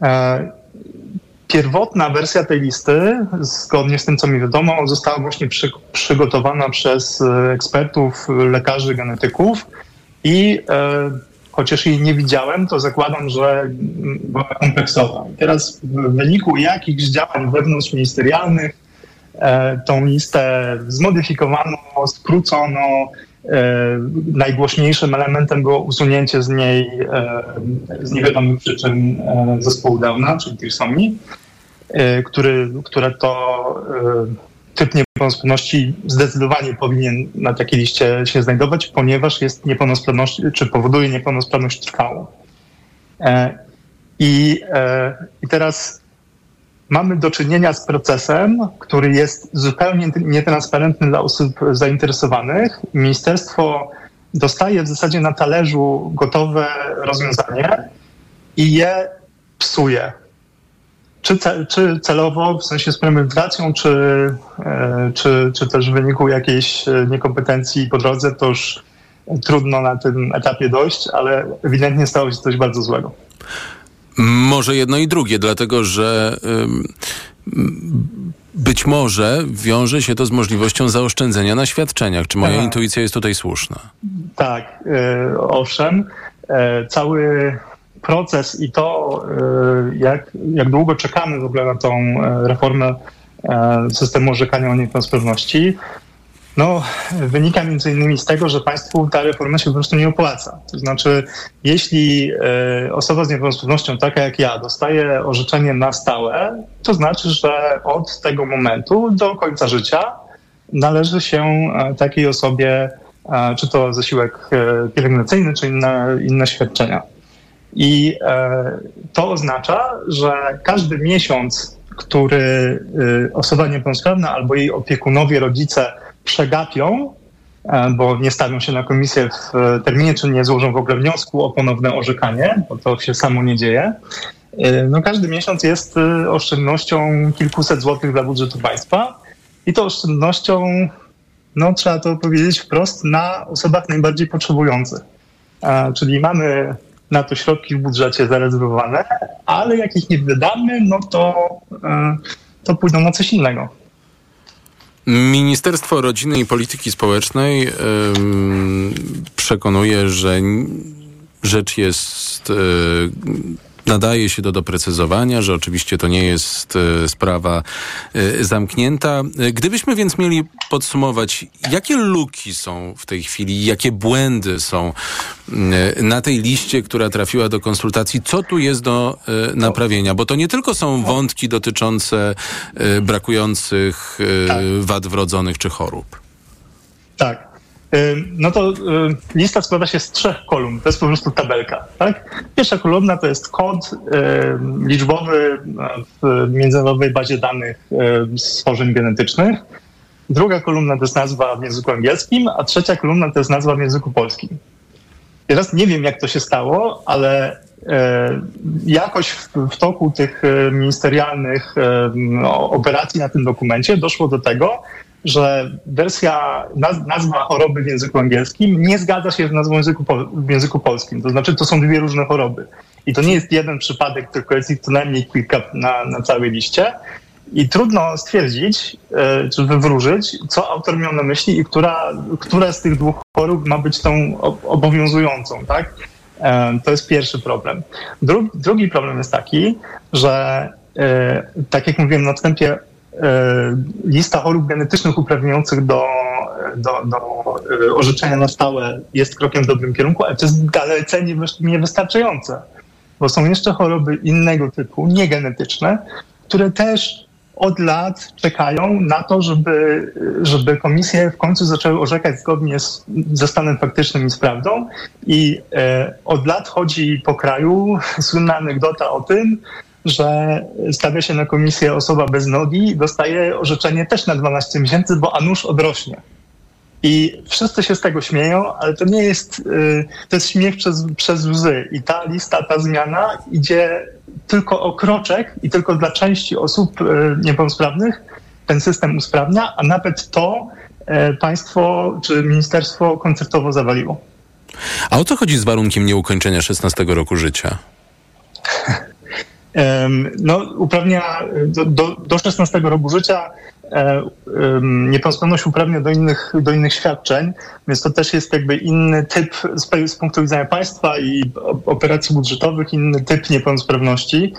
Pierwotna wersja tej listy, zgodnie z tym, co mi wiadomo, została właśnie przygotowana przez ekspertów, lekarzy, genetyków i chociaż jej nie widziałem, to zakładam, że była kompleksowa. I teraz w wyniku jakichś działań wewnątrzministerialnych tą listę zmodyfikowano, skrócono. Najgłośniejszym elementem było usunięcie z niej z niewiadomych przyczyn zespołu Downa, czyli trisomii, które to typ niepełnosprawności zdecydowanie powinien na takiej liście się znajdować, ponieważ jest niepełnosprawność, czy powoduje niepełnosprawność trwałą. I teraz mamy do czynienia z procesem, który jest zupełnie nietransparentny dla osób zainteresowanych. Ministerstwo dostaje w zasadzie na talerzu gotowe rozwiązanie i je psuje. Czy celowo, w sensie z premedytacją, czy też w wyniku jakiejś niekompetencji po drodze, to już trudno na tym etapie dojść, ale ewidentnie stało się coś bardzo złego. Może jedno i drugie, dlatego że być może wiąże się to z możliwością zaoszczędzenia na świadczeniach. Czy moja intuicja jest tutaj słuszna? Tak, owszem. Cały proces i to, jak długo czekamy w ogóle na tą reformę systemu orzekania o niepełnosprawności, wynika między innymi z tego, że państwu ta reforma się po prostu nie opłaca. To znaczy, jeśli osoba z niepełnosprawnością, taka jak ja, dostaje orzeczenie na stałe, to znaczy, że od tego momentu do końca życia należy się takiej osobie czy to zasiłek pielęgnacyjny, czy inne świadczenia. I to oznacza, że każdy miesiąc, który osoba niepełnosprawna albo jej opiekunowie, rodzice przegapią, bo nie stawią się na komisję w terminie, czy nie złożą w ogóle wniosku o ponowne orzekanie, bo to się samo nie dzieje, każdy miesiąc jest oszczędnością kilkuset złotych dla budżetu państwa i to oszczędnością, trzeba to powiedzieć wprost, na osobach najbardziej potrzebujących. Czyli mamy na to środki w budżecie zarezerwowane, ale jak ich nie wydamy, to pójdą na coś innego. Ministerstwo Rodziny i Polityki Społecznej przekonuje, że rzecz jest, nadaje się do doprecyzowania, że oczywiście to nie jest sprawa zamknięta. Gdybyśmy więc mieli podsumować, jakie luki są w tej chwili, jakie błędy są na tej liście, która trafiła do konsultacji, co tu jest do naprawienia? Bo to nie tylko są wątki dotyczące brakujących wad wrodzonych czy chorób. Tak. No to lista składa się z 3 kolumn. To jest po prostu tabelka, tak? Pierwsza kolumna to jest kod liczbowy w międzynarodowej bazie danych stworzeń genetycznych. Druga kolumna to jest nazwa w języku angielskim, a trzecia kolumna to jest nazwa w języku polskim. Teraz nie wiem, jak to się stało, ale jakoś w toku tych ministerialnych operacji na tym dokumencie doszło do tego, że nazwa choroby w języku angielskim nie zgadza się z nazwą w języku polskim. To znaczy, to są 2 różne choroby. I to nie jest jeden przypadek, tylko jest ich co najmniej kilka na całej liście. I trudno stwierdzić, czy wywróżyć, co autor miał na myśli i która z tych 2 chorób ma być tą obowiązującą, tak? To jest pierwszy problem. Drugi problem jest taki, że tak jak mówiłem na wstępie, lista chorób genetycznych uprawniających do orzeczenia na stałe jest krokiem w dobrym kierunku, ale to jest dalece niewystarczające, bo są jeszcze choroby innego typu, niegenetyczne, które też od lat czekają na to, żeby komisje w końcu zaczęły orzekać zgodnie ze stanem faktycznym i z prawdą. I od lat chodzi po kraju słynna anegdota o tym, że stawia się na komisję osoba bez nogi i dostaje orzeczenie też na 12 miesięcy, bo a nuż odrośnie. I wszyscy się z tego śmieją, ale to nie jest, to jest śmiech przez łzy. I ta lista, ta zmiana idzie tylko o kroczek i tylko dla części osób niepełnosprawnych ten system usprawnia, a nawet to państwo czy ministerstwo koncertowo zawaliło. A o co chodzi z warunkiem nieukończenia 16 roku życia? No, uprawnia do 16 roku życia niepełnosprawność uprawnia do innych świadczeń, więc to też jest jakby inny typ z punktu widzenia państwa i operacji budżetowych, inny typ niepełnosprawności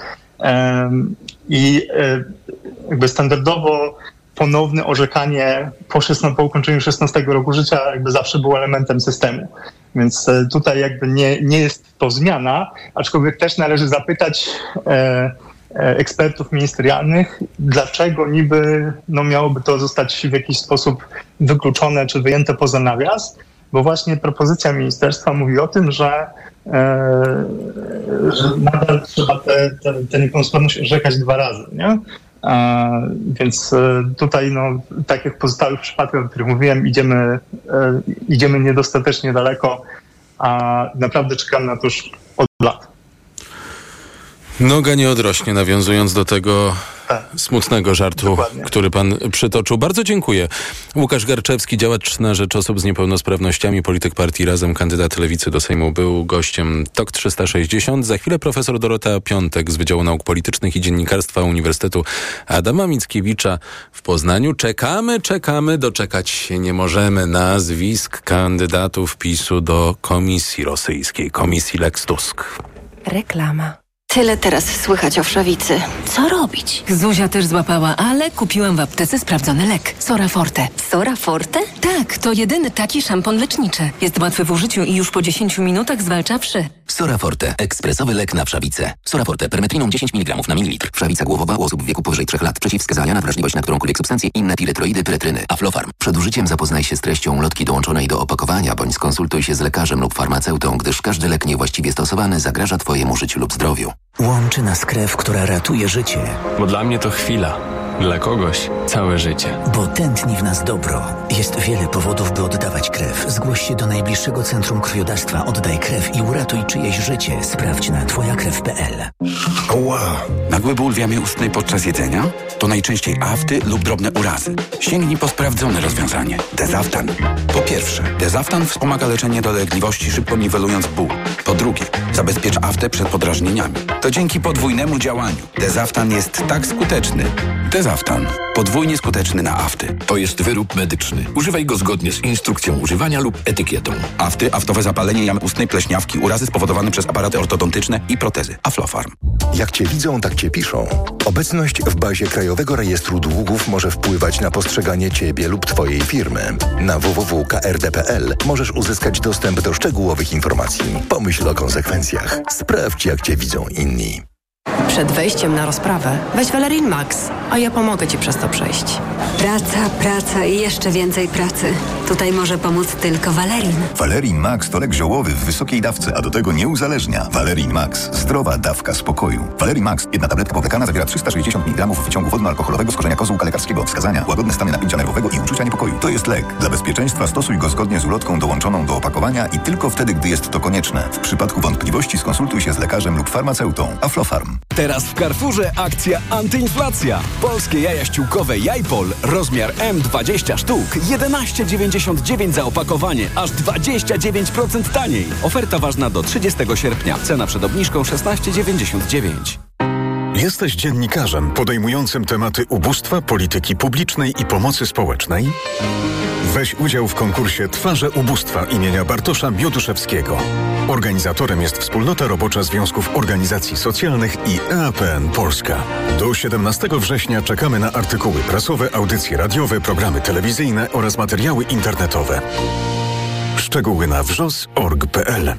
i jakby standardowo ponowne orzekanie po ukończeniu 16 roku życia jakby zawsze było elementem systemu. Więc tutaj jakby nie jest to zmiana, aczkolwiek też należy zapytać ekspertów ministerialnych, dlaczego niby miałoby to zostać w jakiś sposób wykluczone czy wyjęte poza nawias, bo właśnie propozycja ministerstwa mówi o tym, że nadal trzeba tę niepełnosprawność orzekać 2 razy, nie? Więc tutaj, tak jak w pozostałych przypadkach, o których mówiłem, idziemy niedostatecznie daleko, a naprawdę czekam na to już od lat. Noga nie odrośnie, nawiązując do tego smutnego żartu, dokładnie, który pan przytoczył. Bardzo dziękuję. Łukasz Garczewski, działacz na rzecz osób z niepełnosprawnościami, polityk partii Razem, kandydat Lewicy do Sejmu, był gościem TOK 360. Za chwilę profesor Dorota Piątek z Wydziału Nauk Politycznych i Dziennikarstwa Uniwersytetu Adama Mickiewicza w Poznaniu. Czekamy, doczekać się nie możemy nazwisk kandydatów PiS-u do komisji rosyjskiej, komisji Lex Tusk. Reklama. Tyle teraz słychać o wszawicy. Co robić? Zuzia też złapała, ale kupiłam w aptece sprawdzony lek. Sora Forte. Sora Forte? Tak, to jedyny taki szampon leczniczy. Jest łatwy w użyciu i już po 10 minutach zwalcza wszy. Sora Forte. Ekspresowy lek na wszawicę. Sora Forte. Permetriną 10 mg na mililitr. Wszawica głowowa u osób w wieku powyżej 3 lat. Przeciwwskazania na wrażliwość na którąkolwiek substancję, inne piretroidy, pyretryny. Aflofarm. Przed użyciem zapoznaj się z treścią ulotki dołączonej do opakowania, bądź skonsultuj się z lekarzem lub farmaceutą, gdyż każdy lek niewłaściwie stosowany zagraża Twojemu życiu lub zdrowiu. Łączy nas krew, która ratuje życie. Bo dla mnie to chwila. Dla kogoś całe życie. Bo tętni w nas dobro. Jest wiele powodów, by oddawać krew. Zgłoś się do najbliższego centrum krwiodawstwa. Oddaj krew i uratuj czyjeś życie. Sprawdź na twojakrew.pl. Oła! Nagły ból w jamie ustnej podczas jedzenia? To najczęściej afty lub drobne urazy. Sięgnij po sprawdzone rozwiązanie. Dezaftan. Po pierwsze, Dezaftan wspomaga leczenie dolegliwości, szybko niwelując ból. Po drugie, zabezpiecza aftę przed podrażnieniami. To dzięki podwójnemu działaniu. Dezaftan jest tak skuteczny. Dezaftan. Podwójnie skuteczny na afty. To jest wyrób medyczny. Używaj go zgodnie z instrukcją używania lub etykietą. Afty, aftowe zapalenie jamy ustnej, pleśniawki, urazy spowodowane przez aparaty ortodontyczne i protezy. Aflofarm. Jak Cię widzą, tak Cię piszą. Obecność w bazie Krajowego Rejestru Długów może wpływać na postrzeganie Ciebie lub Twojej firmy. Na www.krd.pl możesz uzyskać dostęp do szczegółowych informacji. Pomyśl o konsekwencjach. Sprawdź, jak Cię widzą inni. Przed wejściem na rozprawę weź Valerin Max. a ja pomogę ci przez to przejść. Praca i jeszcze więcej pracy. Tutaj może pomóc tylko Valerin. Valerin Max to lek ziołowy w wysokiej dawce, a do tego nie uzależnia. Valerin Max. Zdrowa dawka spokoju. Valerin Max. Jedna tabletka powlekana zawiera 360 mg wyciągu wodno-alkoholowego z korzenia kozłka lekarskiego. Wskazania: łagodne stany napięcia nerwowego i uczucia niepokoju. To jest lek. Dla bezpieczeństwa stosuj go zgodnie z ulotką dołączoną do opakowania i tylko wtedy, gdy jest to konieczne. W przypadku wątpliwości skonsultuj się z lekarzem lub farmaceutą. Aflofarm. Teraz w Carrefourze akcja antyinflacja. Polskie jaja ściółkowe Jajpol, rozmiar M 20 sztuk, 11,99 za opakowanie, aż 29% taniej. Oferta ważna do 30 sierpnia. Cena przed obniżką 16,99. Jesteś dziennikarzem podejmującym tematy ubóstwa, polityki publicznej i pomocy społecznej? Weź udział w konkursie Twarze ubóstwa imienia Bartosza Mioduszewskiego. Organizatorem jest Wspólnota Robocza Związków Organizacji Socjalnych i EAPN Polska. Do 17 września czekamy na artykuły prasowe, audycje radiowe, programy telewizyjne oraz materiały internetowe. Szczegóły na wrzos.org.pl.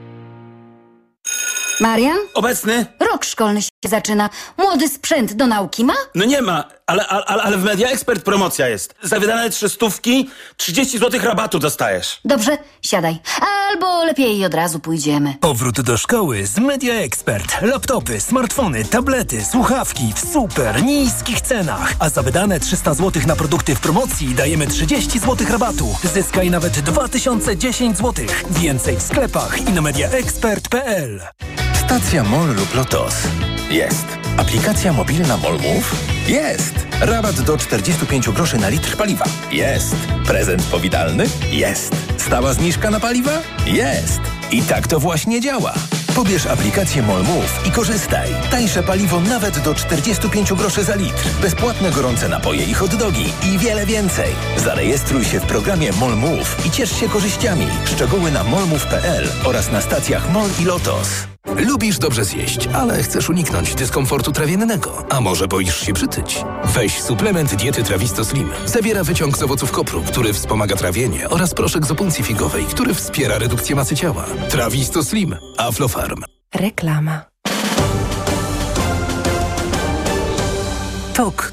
Marian? Obecny? Rok szkolny się zaczyna. Młody sprzęt do nauki ma? No nie ma, ale w Media Expert promocja jest. Za wydane 300 30 zł rabatu dostajesz. Dobrze, siadaj. Albo lepiej od razu pójdziemy. Powrót do szkoły z Media Expert. Laptopy, smartfony, tablety, słuchawki w super niskich cenach. A za wydane 300 zł na produkty w promocji dajemy 30 zł rabatu. Zyskaj nawet 2010 zł. Więcej w sklepach i na mediaexpert.pl. Stacja MOL lub Lotos. Jest. Aplikacja mobilna MOL Move? Jest. Rabat do 45 groszy na litr paliwa? Jest. Prezent powitalny? Jest. Stała zniżka na paliwa? Jest. I tak to właśnie działa. Pobierz aplikację MOL Move i korzystaj. Tańsze paliwo nawet do 45 groszy za litr. Bezpłatne gorące napoje i hot dogi i wiele więcej. Zarejestruj się w programie MOL Move i ciesz się korzyściami. Szczegóły na molmove.pl oraz na stacjach MOL i Lotos. Lubisz dobrze zjeść, ale chcesz uniknąć dyskomfortu trawiennego. A może boisz się przytyć? Weź suplement diety Trawisto Slim. Zawiera wyciąg z owoców kopru, który wspomaga trawienie, oraz proszek z opuncji figowej, który wspiera redukcję masy ciała. Trawisto Slim. Aflofarm. Reklama. TOK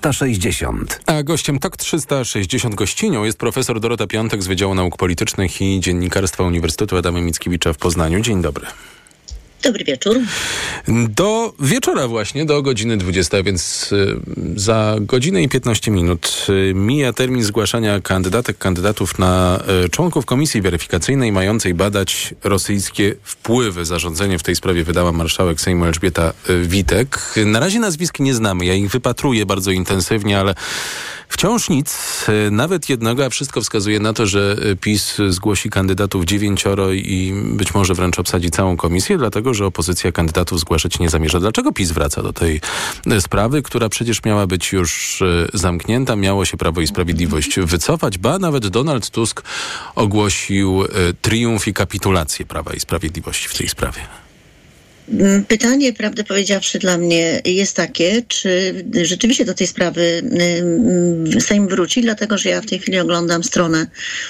360. A gościem TOK 360 gościnią jest profesor Dorota Piątek z Wydziału Nauk Politycznych i Dziennikarstwa Uniwersytetu Adama Mickiewicza w Poznaniu. Dzień dobry. Dobry wieczór. Do wieczora właśnie, do godziny 20, więc za godzinę i 15 minut mija termin zgłaszania kandydatów na członków komisji weryfikacyjnej mającej badać rosyjskie wpływy. Zarządzenie w tej sprawie wydała marszałek Sejmu Elżbieta Witek. Na razie nazwisk nie znamy, ja ich wypatruję bardzo intensywnie, ale wciąż nic, nawet jednego, a wszystko wskazuje na to, że PiS zgłosi kandydatów 9 i być może wręcz obsadzi całą komisję, dlatego że opozycja kandydatów zgłaszać nie zamierza. Dlaczego PiS wraca do tej sprawy, która przecież miała być już zamknięta, miało się Prawo i Sprawiedliwość wycofać, ba nawet Donald Tusk ogłosił triumf i kapitulację Prawa i Sprawiedliwości w tej sprawie? Pytanie, prawdę powiedziawszy, dla mnie jest takie, czy rzeczywiście do tej sprawy Sejm wróci, dlatego że ja w tej chwili oglądam stronę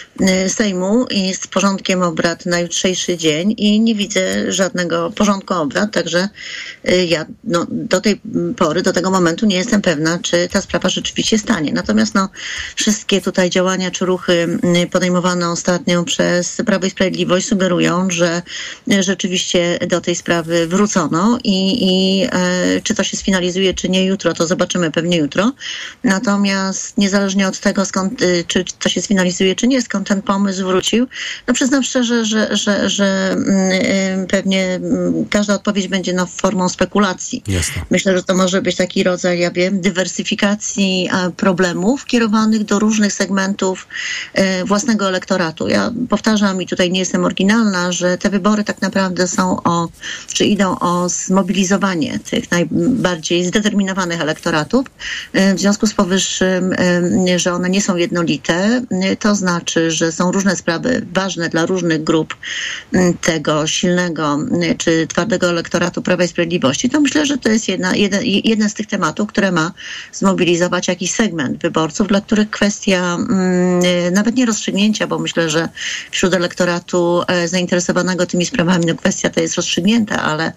Sejmu i z porządkiem obrad na jutrzejszy dzień i nie widzę żadnego porządku obrad, także ja do tej pory, do tego momentu nie jestem pewna, czy ta sprawa rzeczywiście stanie. Natomiast wszystkie tutaj działania czy ruchy podejmowane ostatnio przez Prawo i Sprawiedliwość sugerują, że rzeczywiście do tej sprawy wrócono i czy to się sfinalizuje, czy nie jutro, to zobaczymy pewnie jutro. Natomiast niezależnie od tego, czy to się sfinalizuje, czy nie, skąd ten pomysł wrócił, przyznam szczerze, że pewnie każda odpowiedź będzie formą spekulacji. Jasne. Myślę, że to może być taki rodzaj, dywersyfikacji problemów kierowanych do różnych segmentów własnego elektoratu. Ja powtarzam i tutaj nie jestem oryginalna, że te wybory tak naprawdę idą o zmobilizowanie tych najbardziej zdeterminowanych elektoratów. W związku z powyższym, że one nie są jednolite, to znaczy, że są różne sprawy ważne dla różnych grup tego silnego czy twardego elektoratu Prawa i Sprawiedliwości, to myślę, że to jest jeden z tych tematów, które ma zmobilizować jakiś segment wyborców, dla których kwestia nawet nie rozstrzygnięcia, bo myślę, że wśród elektoratu zainteresowanego tymi sprawami kwestia ta jest rozstrzygnięta, ale ale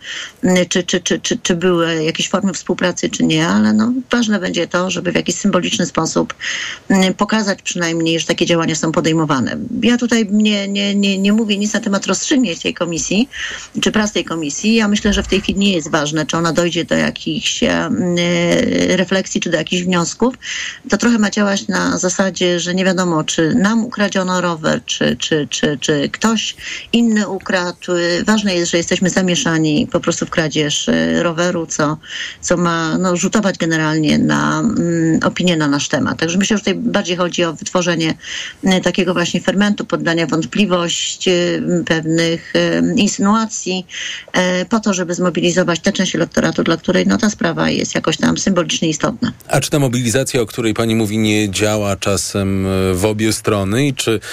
czy były jakieś formy współpracy, czy nie, ale no, ważne będzie to, żeby w jakiś symboliczny sposób pokazać przynajmniej, że takie działania są podejmowane. Ja tutaj nie mówię nic na temat rozstrzygnięć tej komisji, czy prac tej komisji. Ja myślę, że w tej chwili nie jest ważne, czy ona dojdzie do jakichś refleksji, czy do jakichś wniosków. To trochę ma działać na zasadzie, że nie wiadomo, czy nam ukradziono rower, czy ktoś inny ukradł. Ważne jest, że jesteśmy zamieszani po prostu w kradzież roweru, co ma rzutować generalnie na opinię na nasz temat. Także myślę, że tutaj bardziej chodzi o wytworzenie takiego właśnie fermentu, poddania wątpliwość pewnych insynuacji po to, żeby zmobilizować tę część elektoratu, dla której ta sprawa jest jakoś tam symbolicznie istotna. A czy ta mobilizacja, o której pani mówi, nie działa czasem w obie strony i czy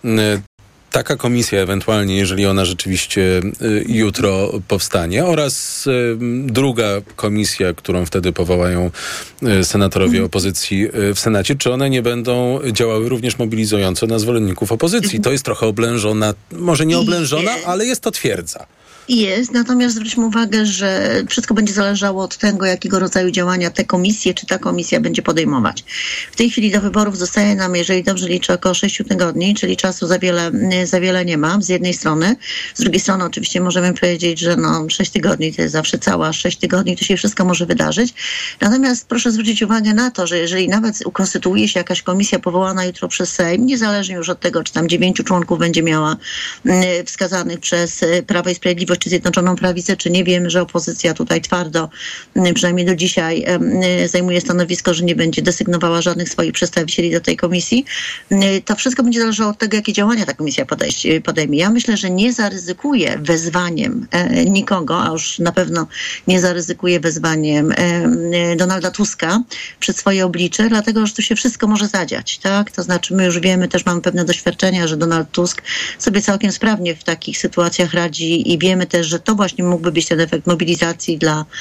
taka komisja ewentualnie, jeżeli ona rzeczywiście jutro powstanie, oraz druga komisja, którą wtedy powołają senatorowie opozycji w Senacie, czy one nie będą działały również mobilizująco na zwolenników opozycji? To jest trochę oblężona, może nie oblężona, ale jest to twierdza. Jest, natomiast zwróćmy uwagę, że wszystko będzie zależało od tego, jakiego rodzaju działania te komisje, czy ta komisja będzie podejmować. W tej chwili do wyborów zostaje nam, jeżeli dobrze liczę, około 6 tygodni, czyli czasu za wiele nie ma, z jednej strony. Z drugiej strony oczywiście możemy powiedzieć, że 6 tygodni to jest zawsze cała 6 tygodni, to się wszystko może wydarzyć. Natomiast proszę zwrócić uwagę na to, że jeżeli nawet ukonstytuuje się jakaś komisja powołana jutro przez Sejm, niezależnie już od tego, czy tam 9 członków będzie miała wskazanych przez Prawo i Sprawiedliwość, czy Zjednoczoną Prawicę, czy nie, wiem, że opozycja tutaj twardo, przynajmniej do dzisiaj, zajmuje stanowisko, że nie będzie desygnowała żadnych swoich przedstawicieli do tej komisji. To wszystko będzie zależało od tego, jakie działania ta komisja podejmie. Ja myślę, że nie zaryzykuje wezwaniem nikogo, a już na pewno nie zaryzykuje wezwaniem Donalda Tuska przed swoje oblicze, dlatego, że tu się wszystko może zadziać, tak? To znaczy my już wiemy, też mamy pewne doświadczenia, że Donald Tusk sobie całkiem sprawnie w takich sytuacjach radzi i wiemy też, że to właśnie mógłby być ten efekt mobilizacji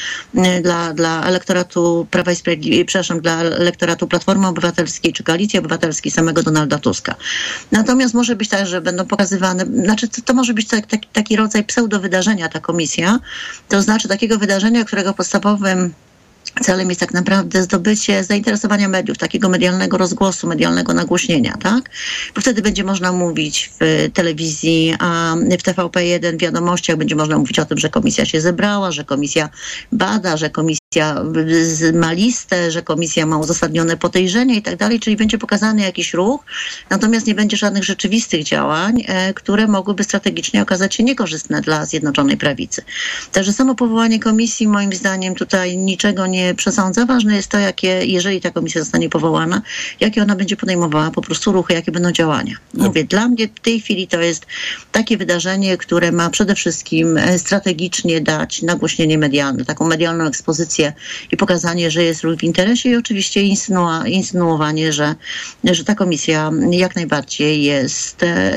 dla elektoratu Prawa i Sprawiedliwości, przepraszam, dla elektoratu Platformy Obywatelskiej czy Koalicji Obywatelskiej samego Donalda Tuska. Natomiast może być tak, że będą pokazywane, to może być taki rodzaj pseudo-wydarzenia, ta komisja, to znaczy takiego wydarzenia, którego podstawowym celem jest tak naprawdę zdobycie zainteresowania mediów, takiego medialnego rozgłosu, medialnego nagłośnienia, tak? Bo wtedy będzie można mówić w telewizji, a w TVP1 w wiadomościach będzie można mówić o tym, że komisja się zebrała, że komisja bada, że komisja ma listę, że komisja ma uzasadnione podejrzenie i tak dalej, czyli będzie pokazany jakiś ruch, natomiast nie będzie żadnych rzeczywistych działań, które mogłyby strategicznie okazać się niekorzystne dla Zjednoczonej Prawicy. Także samo powołanie komisji moim zdaniem tutaj niczego nie przesądza. Ważne jest to, jeżeli ta komisja zostanie powołana, jakie ona będzie podejmowała po prostu ruchy, jakie będą działania. Mówię, dla mnie w tej chwili to jest takie wydarzenie, które ma przede wszystkim strategicznie dać nagłośnienie medialne, taką medialną ekspozycję i pokazanie, że jest ruch w interesie i oczywiście insynuowanie, że ta komisja jak najbardziej jest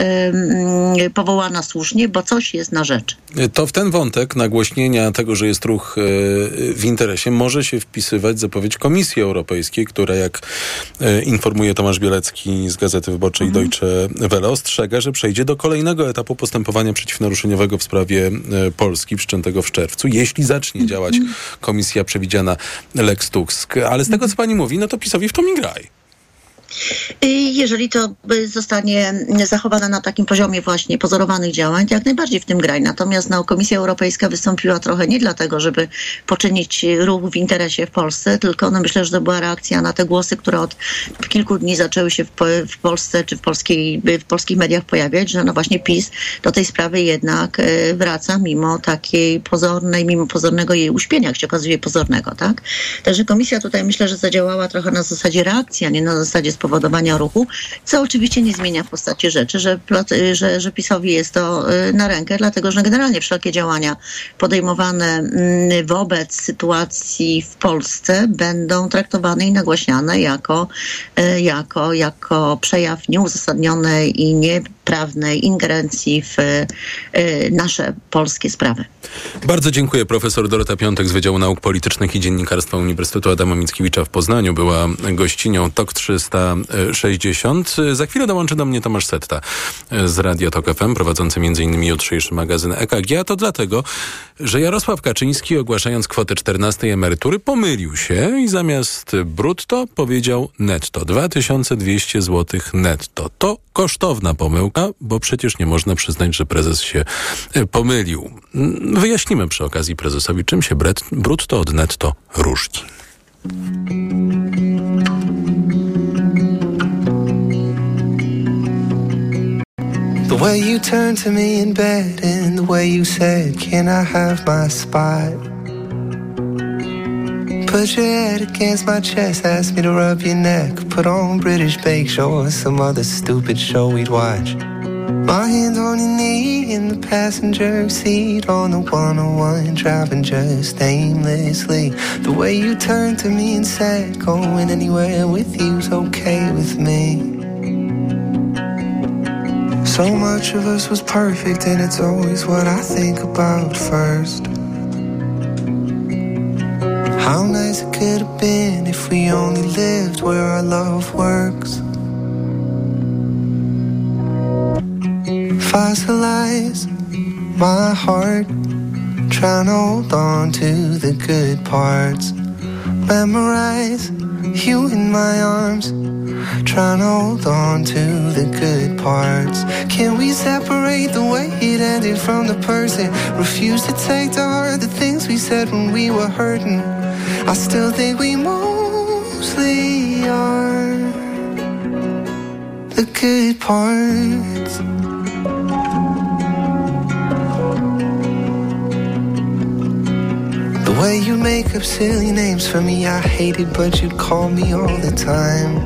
powołana słusznie, bo coś jest na rzecz. To w ten wątek nagłośnienia tego, że jest ruch w interesie, może się wpisywać zapowiedź Komisji Europejskiej, która, jak informuje Tomasz Bielecki z Gazety Wyborczej Deutsche Welle, ostrzega, że przejdzie do kolejnego etapu postępowania przeciwnaruszeniowego w sprawie Polski wszczętego w czerwcu, jeśli zacznie działać komisja przewidziana Lex Tusk. Ale z tego, co pani mówi, to PiS-owi w to migraj. Jeżeli to zostanie zachowane na takim poziomie właśnie pozorowanych działań, to jak najbardziej w tym graj. Natomiast Komisja Europejska wystąpiła trochę nie dlatego, żeby poczynić ruch w interesie w Polsce, tylko myślę, że to była reakcja na te głosy, które od kilku dni zaczęły się w Polsce czy w polskich mediach pojawiać, że właśnie PiS do tej sprawy jednak wraca mimo takiej mimo pozornego jej uśpienia, jak się okazuje pozornego, tak? Także komisja tutaj myślę, że zadziałała trochę na zasadzie reakcji, a nie na zasadzie spowodowania ruchu, co oczywiście nie zmienia w postaci rzeczy, że PiS-owi jest to na rękę, dlatego że generalnie wszelkie działania podejmowane wobec sytuacji w Polsce będą traktowane i nagłaśniane jako przejaw nieuzasadnionej i prawnej ingerencji w nasze polskie sprawy. Bardzo dziękuję. Profesor Dorota Piątek z Wydziału Nauk Politycznych i Dziennikarstwa Uniwersytetu Adama Mickiewicza w Poznaniu była gościnią TOK 360. Za chwilę dołączy do mnie Tomasz Setta z Radia TOK FM, prowadzący m.in. jutrzejszy magazyn EKG, a to dlatego, że Jarosław Kaczyński, ogłaszając kwotę 14. emerytury, pomylił się i zamiast brutto powiedział netto. 2200 zł netto. To kosztowna pomyłka, bo przecież nie można przyznać, że prezes się pomylił. Wyjaśnimy przy okazji prezesowi, czym się brutto od netto różni. The way you turned to me in bed and the way you said, can I have my spot? Put your head against my chest, asked me to rub your neck, put on British Bake Show or some other stupid show we'd watch. My hand on your knee in the passenger seat on the 101, driving just aimlessly. The way you turned to me and said, going anywhere with you's okay with me. So much of us was perfect and it's always what I think about first. How nice it could have been if we only lived where our love works. Fossilize my heart, trying to hold on to the good parts. Memorize you in my arms, trying to hold on to the good parts. Can we separate the way it ended from the person? Refuse to take to heart the things we said when we were hurting. I still think we mostly are the good parts. The way you make up silly names for me, I hate it, but you'd call me all the time.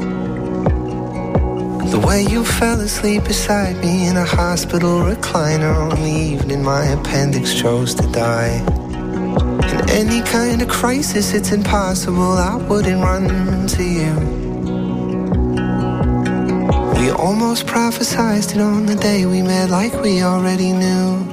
The way you fell asleep beside me in a hospital recliner on the evening my appendix chose to die. In any kind of crisis, it's impossible, I wouldn't run to you. We almost prophesized it on the day we met, like we already knew.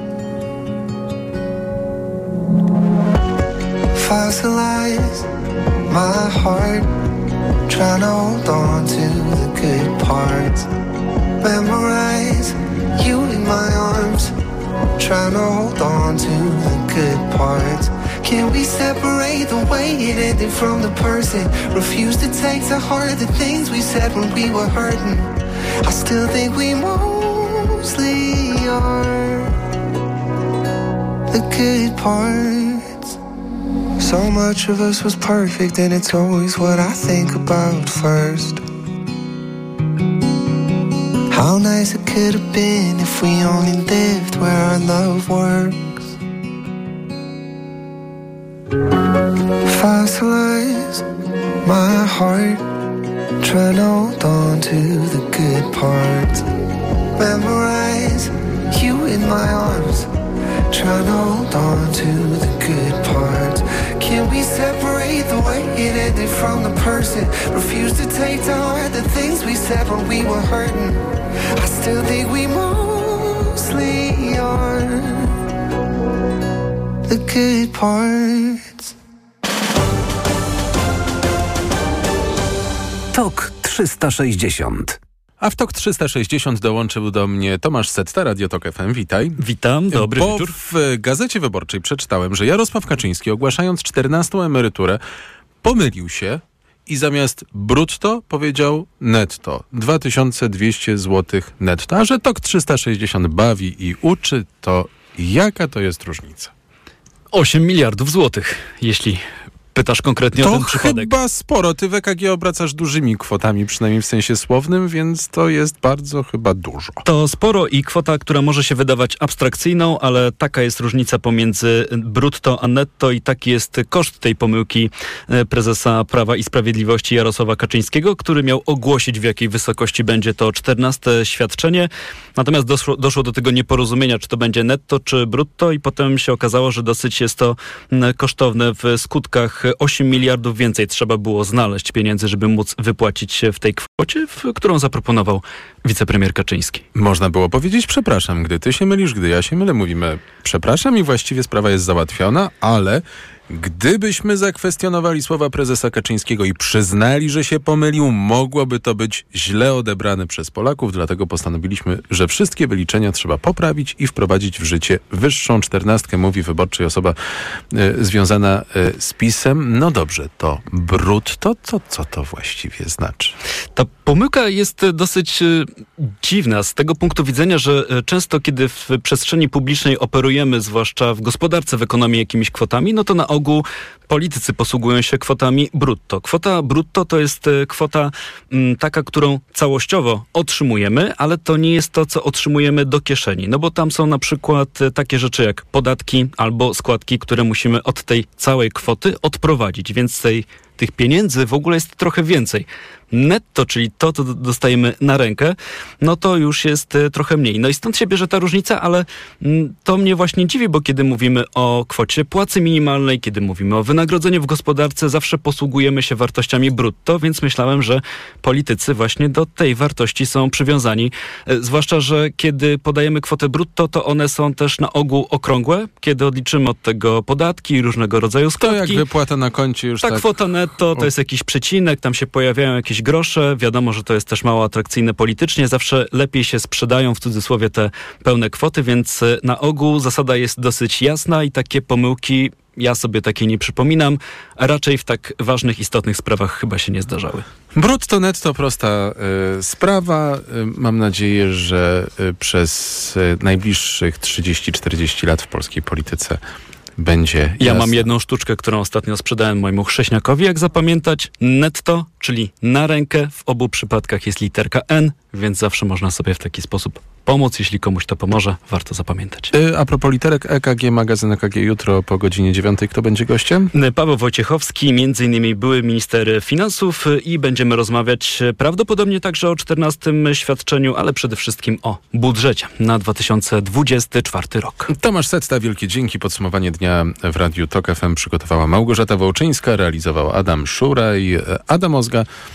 Fossilize my heart, trying to hold on to the good parts. Memorize you in my arms, trying to hold on to the good parts. Can we separate the way it ended from the person? Refuse to take to heart the things we said when we were hurting. I still think we mostly are the good parts. So much of us was perfect and it's always what I think about first. How nice it could have been if we only lived where our love works. Fossilize my heart, trying to hold on to the good parts. Memorize you in my arms, trying to hold on to the good parts. Can we separate the way it ended from the person? Refuse to take to heart the things we said when we were hurting. I still think we mostly are the good parts. TOK 360. A w TOK 360 dołączył do mnie Tomasz Setta, Radio TOK FM. Witaj. Witam, dobry wieczór. W Gazecie Wyborczej przeczytałem, że Jarosław Kaczyński, ogłaszając 14. emeryturę, pomylił się i zamiast brutto powiedział netto. 2200 zł netto. A że TOK 360 bawi i uczy, to jaka to jest różnica? 8 miliardów złotych, jeśli pytasz konkretnie o ten przypadek. To chyba sporo. Ty w EKG obracasz dużymi kwotami, przynajmniej w sensie słownym, więc to jest bardzo chyba dużo. To sporo i kwota, która może się wydawać abstrakcyjną, ale taka jest różnica pomiędzy brutto a netto i taki jest koszt tej pomyłki prezesa Prawa i Sprawiedliwości Jarosława Kaczyńskiego, który miał ogłosić, w jakiej wysokości będzie to 14. świadczenie. Natomiast doszło do tego nieporozumienia, czy to będzie netto, czy brutto i potem się okazało, że dosyć jest to kosztowne w skutkach 8 miliardów więcej trzeba było znaleźć pieniędzy, żeby móc wypłacić się w tej kwocie, którą zaproponował wicepremier Kaczyński. Można było powiedzieć przepraszam, gdy ty się mylisz, gdy ja się mylę, mówimy przepraszam i właściwie sprawa jest załatwiona, ale gdybyśmy zakwestionowali słowa prezesa Kaczyńskiego i przyznali, że się pomylił, mogłoby to być źle odebrane przez Polaków, dlatego postanowiliśmy, że wszystkie wyliczenia trzeba poprawić i wprowadzić w życie wyższą 14, mówi wyborczej osoba związana z PiS-em. No dobrze, to brutto, to co to właściwie znaczy? Ta pomyłka jest dosyć dziwna z tego punktu widzenia, że często kiedy w przestrzeni publicznej operujemy, zwłaszcza w gospodarce, w ekonomii jakimiś kwotami, no to na ogół politycy posługują się kwotami brutto. Kwota brutto to jest kwota taka, którą całościowo otrzymujemy, ale to nie jest to, co otrzymujemy do kieszeni. No bo tam są na przykład takie rzeczy jak podatki albo składki, które musimy od tej całej kwoty odprowadzić, więc tych pieniędzy w ogóle jest trochę więcej. Netto, czyli to, co dostajemy na rękę, no to już jest trochę mniej. No i stąd się bierze ta różnica, ale to mnie właśnie dziwi, bo kiedy mówimy o kwocie płacy minimalnej, kiedy mówimy o wynagrodzeniu w gospodarce, zawsze posługujemy się wartościami brutto, więc myślałem, że politycy właśnie do tej wartości są przywiązani. Zwłaszcza, że kiedy podajemy kwotę brutto, to one są też na ogół okrągłe, kiedy odliczymy od tego podatki i różnego rodzaju składki. To jak wypłata na koncie już ta kwota netto to jest jakiś przecinek, tam się pojawiają jakieś grosze. Wiadomo, że to jest też mało atrakcyjne politycznie. Zawsze lepiej się sprzedają w cudzysłowie te pełne kwoty, więc na ogół zasada jest dosyć jasna i takie pomyłki ja sobie takiej nie przypominam, a raczej w tak ważnych, istotnych sprawach chyba się nie zdarzały. Brutto, netto, prosta sprawa. Mam nadzieję, że przez najbliższych 30-40 lat w polskiej polityce będzie jasne. Ja mam jedną sztuczkę, którą ostatnio sprzedałem mojemu chrześniakowi. Jak zapamiętać? Netto, czyli na rękę. W obu przypadkach jest literka N, więc zawsze można sobie w taki sposób pomóc. Jeśli komuś to pomoże, warto zapamiętać. A propos literek EKG, magazyn EKG jutro po godzinie 9. Kto będzie gościem? Paweł Wojciechowski, między innymi były minister finansów i będziemy rozmawiać prawdopodobnie także o 14. świadczeniu, ale przede wszystkim o budżecie na 2024 rok. Tomasz Secta, wielkie dzięki. Podsumowanie dnia w Radiu TOK FM przygotowała Małgorzata Wołczyńska, realizował Adam Szuraj, Adam Ozga.